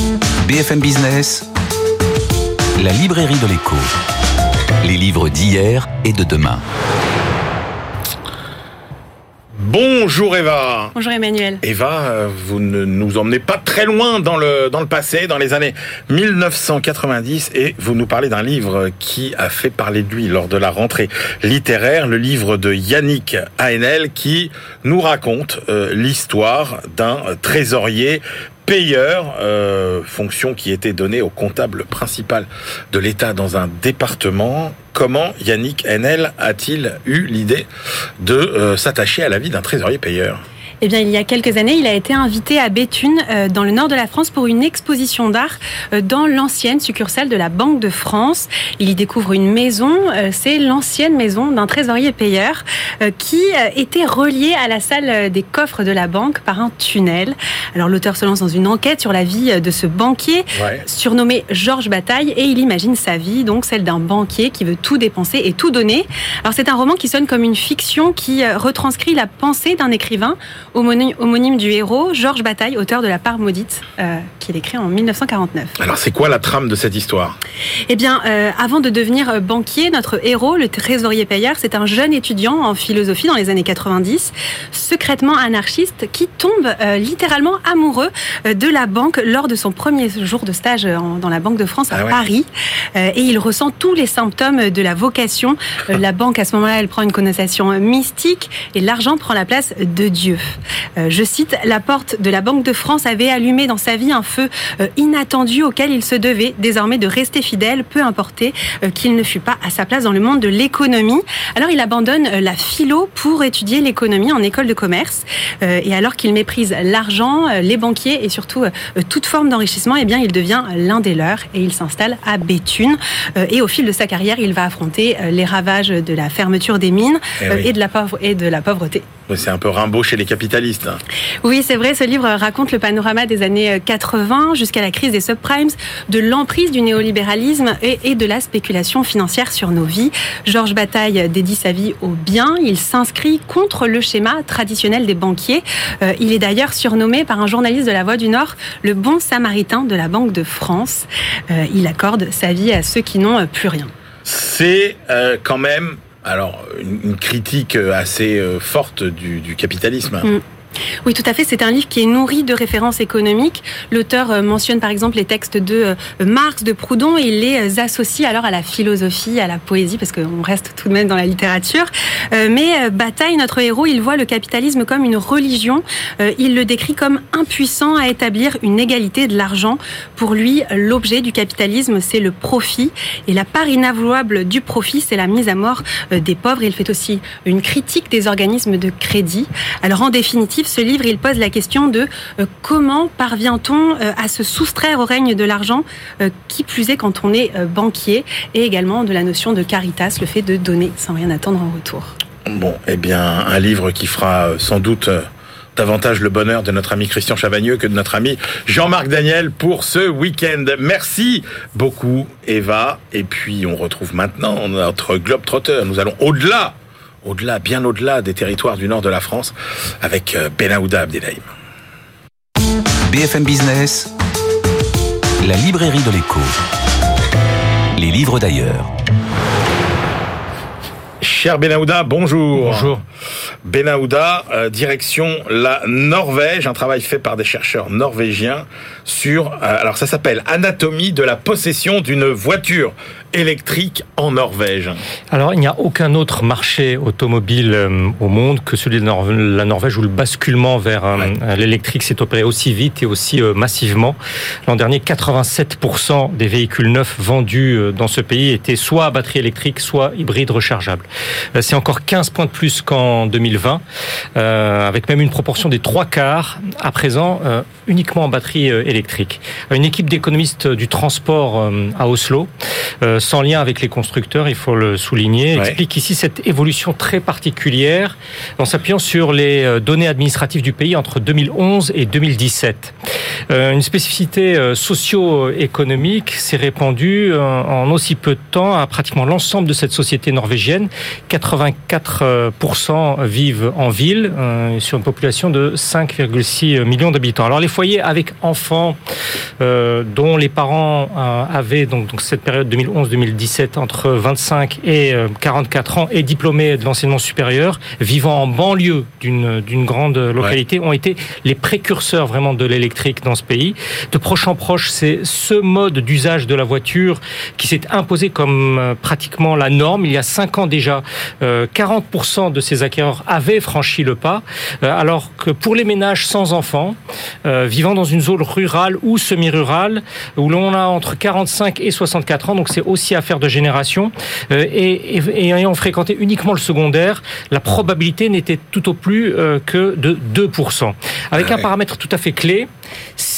B F M Business, la librairie de l'écho. Les livres d'hier et de demain. Bonjour Eva. Bonjour Emmanuel. Eva, vous ne nous emmenez pas très loin dans le, dans le passé, dans les années mille neuf cent quatre-vingt-dix, et vous nous parlez d'un livre qui a fait parler de lui lors de la rentrée littéraire, le livre de Yannick Haenel, qui nous raconte euh, l'histoire d'un trésorier payeur, euh, fonction qui était donnée au comptable principal de l'État dans un département. Comment Yannick Haenel a-t-il eu l'idée de euh, s'attacher à la vie d'un trésorier payeur ? Eh bien, il y a quelques années, il a été invité à Béthune, euh, dans le nord de la France, pour une exposition d'art euh, dans l'ancienne succursale de la Banque de France. Il y découvre une maison, euh, c'est l'ancienne maison d'un trésorier payeur euh, qui euh, était reliée à la salle des coffres de la banque par un tunnel. Alors, l'auteur se lance dans une enquête sur la vie de ce banquier, ouais. surnommé Georges Bataille, et il imagine sa vie, donc celle d'un banquier qui veut tout dépenser et tout donner. Alors, c'est un roman qui sonne comme une fiction qui euh, retranscrit la pensée d'un écrivain homonyme, homonyme du héros, Georges Bataille, auteur de La part maudite, euh, qu'il écrit en mille neuf cent quarante-neuf. Alors c'est quoi la trame de cette histoire ? Eh bien, euh, avant de devenir banquier, notre héros, le trésorier payeur, c'est un jeune étudiant en philosophie dans les années quatre-vingt-dix, secrètement anarchiste, qui tombe euh, littéralement amoureux euh, de la banque lors de son premier jour de stage en, dans la Banque de France à ah ouais. Paris. Euh, et il ressent tous les symptômes de la vocation. Euh, la banque, à ce moment-là, elle prend une connotation mystique et l'argent prend la place de Dieu. Euh, je cite, « La porte de la Banque de France avait allumé dans sa vie un feu euh, inattendu auquel il se devait désormais de rester fidèle, peu importé euh, qu'il ne fût pas à sa place dans le monde de l'économie. » Alors il abandonne euh, la philo pour étudier l'économie en école de commerce. Euh, et alors qu'il méprise l'argent, euh, les banquiers et surtout euh, toute forme d'enrichissement, eh bien il devient l'un des leurs et il s'installe à Béthune. Euh, et au fil de sa carrière, il va affronter euh, les ravages de la fermeture des mines eh euh, oui. et de la pauvre et de la pauvreté. C'est un peu Rimbaud chez les capitalistes. Hein. Oui, c'est vrai, ce livre raconte le panorama des années quatre-vingts jusqu'à la crise des subprimes, de l'emprise du néolibéralisme et, et de la spéculation financière sur nos vies. Georges Bataille dédie sa vie au bien. Il s'inscrit contre le schéma traditionnel des banquiers. Euh, il est d'ailleurs surnommé par un journaliste de La Voix du Nord le bon samaritain de la Banque de France. Euh, il accorde sa vie à ceux qui n'ont plus rien. C'est euh, quand même alors une, une critique assez euh, forte du, du capitalisme. Mmh. Oui, tout à fait. C'est un livre qui est nourri de références économiques. L'auteur mentionne par exemple les textes de Marx, de Proudhon, et il les associe alors à la philosophie, à la poésie, parce qu'on reste tout de même dans la littérature. Mais Bataille, notre héros, il voit le capitalisme comme une religion. Il le décrit comme impuissant à établir une égalité de l'argent. Pour lui, l'objet du capitalisme, c'est le profit. Et la part inavouable du profit, c'est la mise à mort des pauvres. Il fait aussi une critique des organismes de crédit. Alors en définitive, ce livre, il pose la question de euh, comment parvient-on euh, à se soustraire au règne de l'argent, euh, qui plus est quand on est euh, banquier, et également de la notion de caritas, le fait de donner sans rien attendre en retour. Bon, eh bien, un livre qui fera sans doute euh, davantage le bonheur de notre ami Christian Chavagneux que de notre ami Jean-Marc Daniel pour ce week-end. Merci beaucoup, Eva. Et puis, on retrouve maintenant notre Globetrotter. Nous allons au-delà au-delà, bien au-delà des territoires du nord de la France, avec Benaouda Abdelhaim. B F M Business, la librairie de l'écho. Les livres d'ailleurs. Cher Benaouda, bonjour. Bonjour. Benaouda, euh, direction la Norvège, un travail fait par des chercheurs norvégiens sur, euh, alors ça s'appelle Anatomie de la possession d'une voiture électrique en Norvège. Alors, il n'y a aucun autre marché automobile euh, au monde que celui de Nor- la Norvège où le basculement vers euh, ouais. l'électrique s'est opéré aussi vite et aussi euh, massivement. L'an dernier, quatre-vingt-sept pour cent des véhicules neufs vendus euh, dans ce pays étaient soit à batterie électrique, soit hybrides rechargeables. Euh, c'est encore quinze points de plus qu'en deux mille vingt, euh, avec même une proportion des trois quarts à présent euh, uniquement en batterie euh, électrique. Une équipe d'économistes du transport euh, à Oslo, euh, sans lien avec les constructeurs, il faut le souligner, ouais. explique ici cette évolution très particulière en s'appuyant sur les données administratives du pays entre deux mille onze et deux mille dix-sept. Euh, une spécificité euh, socio-économique s'est répandue euh, en aussi peu de temps à pratiquement l'ensemble de cette société norvégienne. quatre-vingt-quatre pour cent vivent en ville, euh, sur une population de cinq virgule six millions d'habitants. Alors les foyers avec enfants, euh, dont les parents euh, avaient donc, donc cette période deux mille onze deux mille dix-sept entre vingt-cinq et quarante-quatre ans et diplômés de l'enseignement supérieur, vivant en banlieue d'une, d'une grande localité, ouais. ont été les précurseurs vraiment de l'électrique dans ce pays. De proche en proche, c'est ce mode d'usage de la voiture qui s'est imposé comme euh, pratiquement la norme. Il y a cinq ans déjà, euh, quarante pour cent de ces acquéreurs avaient franchi le pas, euh, alors que pour les ménages sans enfants, euh, vivant dans une zone rurale ou semi-rurale, où l'on a entre quarante-cinq et soixante-quatre ans, donc c'est aussi affaire de génération, euh, et, et, et ayant fréquenté uniquement le secondaire, la probabilité n'était tout au plus euh, que de deux pour cent. Avec ah ouais. un paramètre tout à fait clé,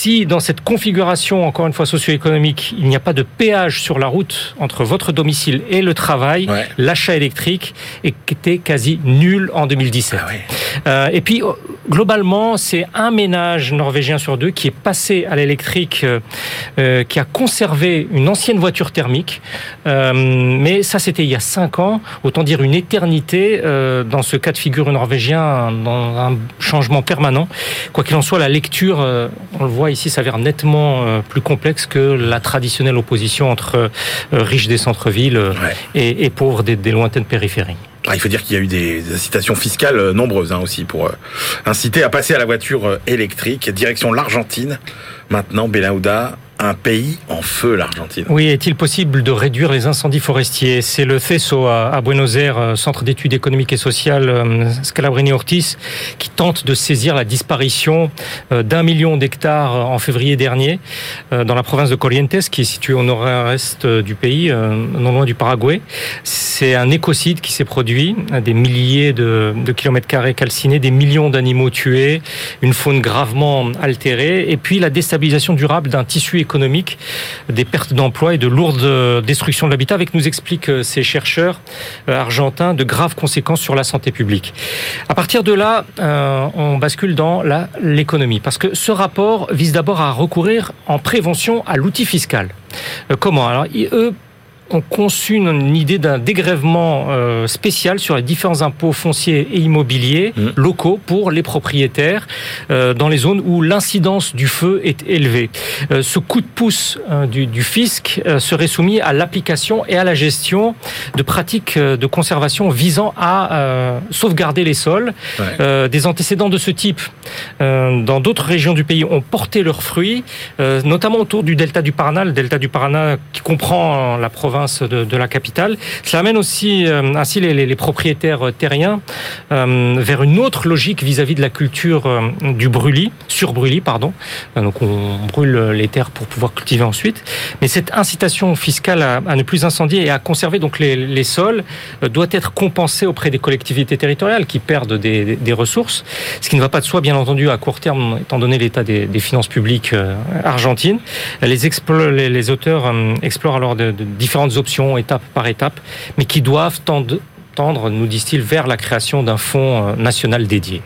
Si dans cette configuration, encore une fois socio-économique, il n'y a pas de péage sur la route entre votre domicile et le travail, ouais. l'achat électrique était quasi nul en deux mille dix-sept. Ah ouais. euh, et puis, globalement, c'est un ménage norvégien sur deux qui est passé à l'électrique, euh, qui a conservé une ancienne voiture thermique. Euh, mais ça, c'était il y a cinq ans. Autant dire une éternité euh, dans ce cas de figure norvégien, dans un changement permanent. Quoi qu'il en soit, la lecture, euh, on le voit ici, s'avère nettement euh, plus complexe que la traditionnelle opposition entre euh, riches des centres-villes euh, ouais. et, et pauvres des, des lointaines périphéries. Ah, il faut dire qu'il y a eu des incitations fiscales nombreuses hein, aussi pour euh, inciter à passer à la voiture électrique. Direction l'Argentine. Maintenant, Benahouda, un pays en feu, l'Argentine. Oui, est-il possible de réduire les incendies forestiers ? C'est le CESO à Buenos Aires, Centre d'études économiques et sociales Scalabrini Ortiz, qui tente de saisir la disparition d'un million d'hectares en février dernier dans la province de Corrientes, qui est située au nord-est du pays, non loin du Paraguay. C'est un écocide qui s'est produit, des milliers de, de kilomètres carrés calcinés, des millions d'animaux tués, une faune gravement altérée, et puis la déstabilisation durable d'un tissu économique économique, des pertes d'emplois et de lourdes destructions de l'habitat, avec, nous expliquent ces chercheurs argentins, de graves conséquences sur la santé publique. À partir de là, euh, on bascule dans la, l'économie, parce que ce rapport vise d'abord à recourir en prévention à l'outil fiscal. Euh, comment ? Alors, eux ont conçu une, une idée d'un dégrèvement euh, spécial sur les différents impôts fonciers et immobiliers mmh. locaux pour les propriétaires euh, dans les zones où l'incidence du feu est élevée. Euh, ce coup de pouce euh, du, du fisc euh, serait soumis à l'application et à la gestion de pratiques de conservation visant à euh, sauvegarder les sols. Ouais. Euh, des antécédents de ce type euh, dans d'autres régions du pays ont porté leurs fruits, euh, notamment autour du delta du Paraná, le delta du Paraná qui comprend la province De, de la capitale. Cela amène aussi euh, ainsi les, les, les propriétaires terriens euh, vers une autre logique vis-à-vis de la culture euh, du brûlis, sur brûlis, pardon. Euh, donc on brûle les terres pour pouvoir cultiver ensuite. Mais cette incitation fiscale à, à ne plus incendier et à conserver donc les, les sols euh, doit être compensée auprès des collectivités territoriales qui perdent des, des, des ressources, ce qui ne va pas de soi, bien entendu, à court terme, étant donné l'état des, des finances publiques euh, argentines. Les, explo- les, les auteurs euh, explorent alors de, de différentes options, étape par étape, mais qui doivent tendre, tendre, nous disent-ils, vers la création d'un fonds national dédié.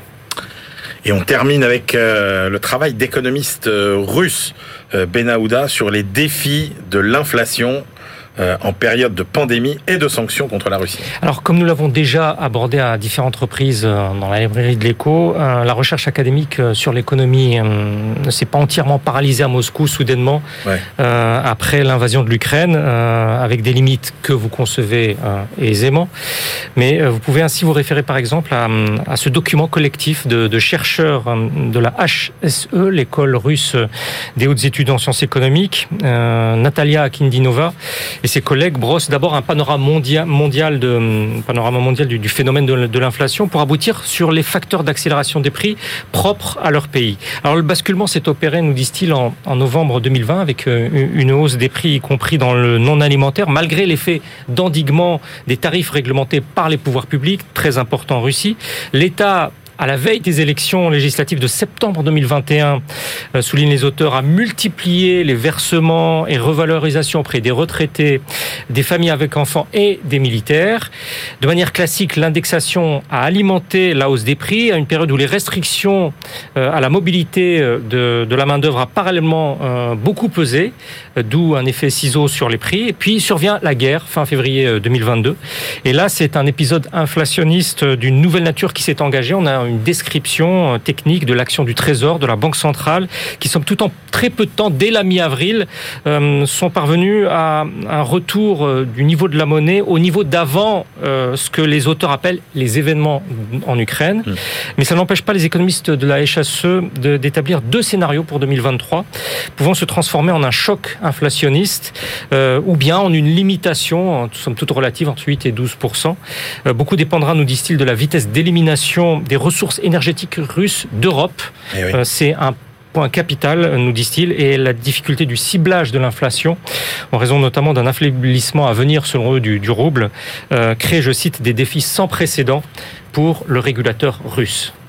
Et on termine avec euh, le travail d'économistes euh, russes, euh, Benahouda, sur les défis de l'inflation Euh, en période de pandémie et de sanctions contre la Russie. Alors, comme nous l'avons déjà abordé à différentes reprises dans la librairie de l'Écho, euh, la recherche académique sur l'économie euh, ne s'est pas entièrement paralysée à Moscou soudainement ouais. euh, après l'invasion de l'Ukraine, euh, avec des limites que vous concevez euh, aisément. Mais euh, vous pouvez ainsi vous référer par exemple à, à ce document collectif de, de chercheurs de la H S E, l'école russe des hautes études en sciences économiques, euh, Natalia Akindinova, et ses collègues brossent d'abord un panorama mondial, mondial, de, panorama mondial du, du phénomène de, de l'inflation pour aboutir sur les facteurs d'accélération des prix propres à leur pays. Alors le basculement s'est opéré, nous disent-ils, en, en novembre deux mille vingt avec une hausse des prix, y compris dans le non alimentaire, malgré l'effet d'endiguement des tarifs réglementés par les pouvoirs publics, très important en Russie. L'État, à la veille des élections législatives de septembre deux mille vingt et un, euh, soulignent les auteurs, a multiplié les versements et revalorisations auprès des retraités, des familles avec enfants et des militaires. De manière classique, l'indexation a alimenté la hausse des prix à une période où les restrictions euh, à la mobilité de, de la main-d'œuvre a parallèlement euh, beaucoup pesé, euh, d'où un effet ciseau sur les prix. Et puis survient la guerre, fin février deux mille vingt-deux. Et là, c'est un épisode inflationniste d'une nouvelle nature qui s'est engagée. On a une description technique de l'action du Trésor, de la Banque centrale, qui, somme toute, en très peu de temps, dès la mi-avril, euh, sont parvenus à un retour euh, du niveau de la monnaie au niveau d'avant euh, ce que les auteurs appellent les événements en Ukraine. Mmh. Mais ça n'empêche pas les économistes de la H S E de, d'établir deux scénarios pour deux mille vingt-trois, pouvant se transformer en un choc inflationniste euh, ou bien en une limitation, somme toute relative, entre huit et douze pour cent. Euh, beaucoup dépendra, nous disent-ils, de la vitesse d'élimination des ressources énergétiques russes d'Europe. Eh oui. euh, c'est un point capital, nous disent-ils, et la difficulté du ciblage de l'inflation, en raison notamment d'un affaiblissement à venir, selon eux, du, du rouble, euh, crée, je cite, des défis sans précédent pour le régulateur russe.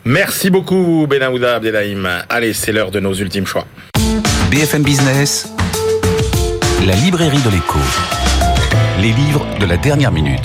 Merci beaucoup, Benahouda Abdelhaim. Allez, c'est l'heure de nos ultimes choix. B F M Business, la librairie de l'écho. Les livres de la dernière minute.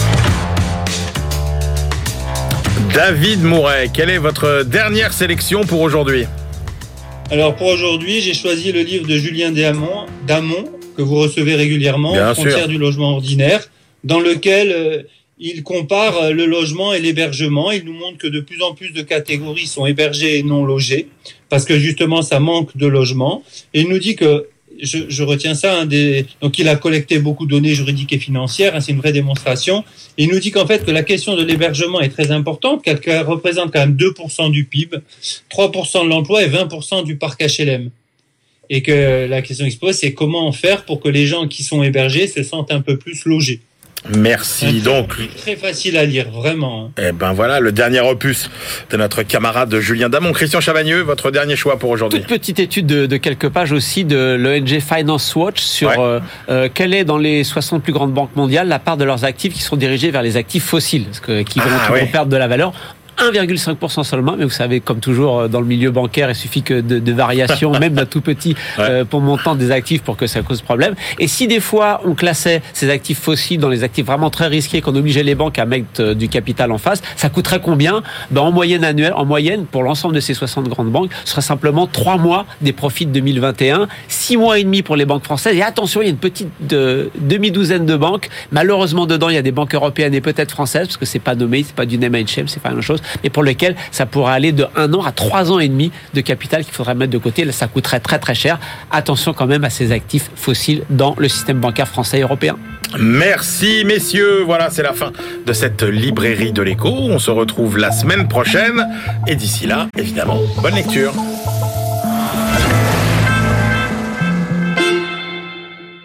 David Mouret, quelle est votre dernière sélection pour aujourd'hui ? Alors pour aujourd'hui, j'ai choisi le livre de Julien Damon, Damon que vous recevez régulièrement, Bien Frontières sûr. du logement ordinaire, dans lequel euh, il compare le logement et l'hébergement. Il nous montre que de plus en plus de catégories sont hébergées et non logées, parce que justement ça manque de logement. Et il nous dit que, je, je retiens ça, hein, des, donc il a collecté beaucoup de données juridiques et financières, hein, c'est une vraie démonstration. Et il nous dit qu'en fait que la question de l'hébergement est très importante, qu'elle représente quand même deux pour cent du P I B, trois pour cent de l'emploi et vingt pour cent du parc H L M. Et que la question qui se pose, c'est comment faire pour que les gens qui sont hébergés se sentent un peu plus logés. Merci. Un Donc, très facile à lire, vraiment. eh ben voilà, le dernier opus de notre camarade Julien Damon. Christian Chavagneux, votre dernier choix pour aujourd'hui. Toute petite étude de, de quelques pages aussi de l'O N G Finance Watch sur Ouais. euh, euh, quelle est dans les soixante plus grandes banques mondiales la part de leurs actifs qui sont dirigés vers les actifs fossiles, parce que, qui vont, Ah, qui ouais. vont perdre de la valeur. un virgule cinq pour cent seulement, mais vous savez, comme toujours dans le milieu bancaire, il suffit que de, de variations, même d'un tout petit Ouais. euh, pour montant des actifs pour que ça cause problème. Et si des fois on classait ces actifs fossiles dans les actifs vraiment très risqués, qu'on obligeait les banques à mettre euh, du capital en face, ça coûterait combien ? Ben, en moyenne annuelle, en moyenne, pour l'ensemble de ces soixante grandes banques, ce serait simplement trois mois des profits de deux mille vingt et un, six mois et demi pour les banques françaises. Et attention, il y a une petite de, demi-douzaine de banques. Malheureusement, dedans, il y a des banques européennes et peut-être françaises, parce que c'est pas nommé, c'est pas du name and shame, c'est pas la même chose, mais pour lesquelles ça pourrait aller de un an à trois ans et demi de capital qu'il faudrait mettre de côté. Là, ça coûterait très très cher. Attention quand même à ces actifs fossiles dans le système bancaire français et européen. Merci messieurs, voilà c'est la fin de cette librairie de l'écho. On se retrouve la semaine prochaine et d'ici là, évidemment, bonne lecture.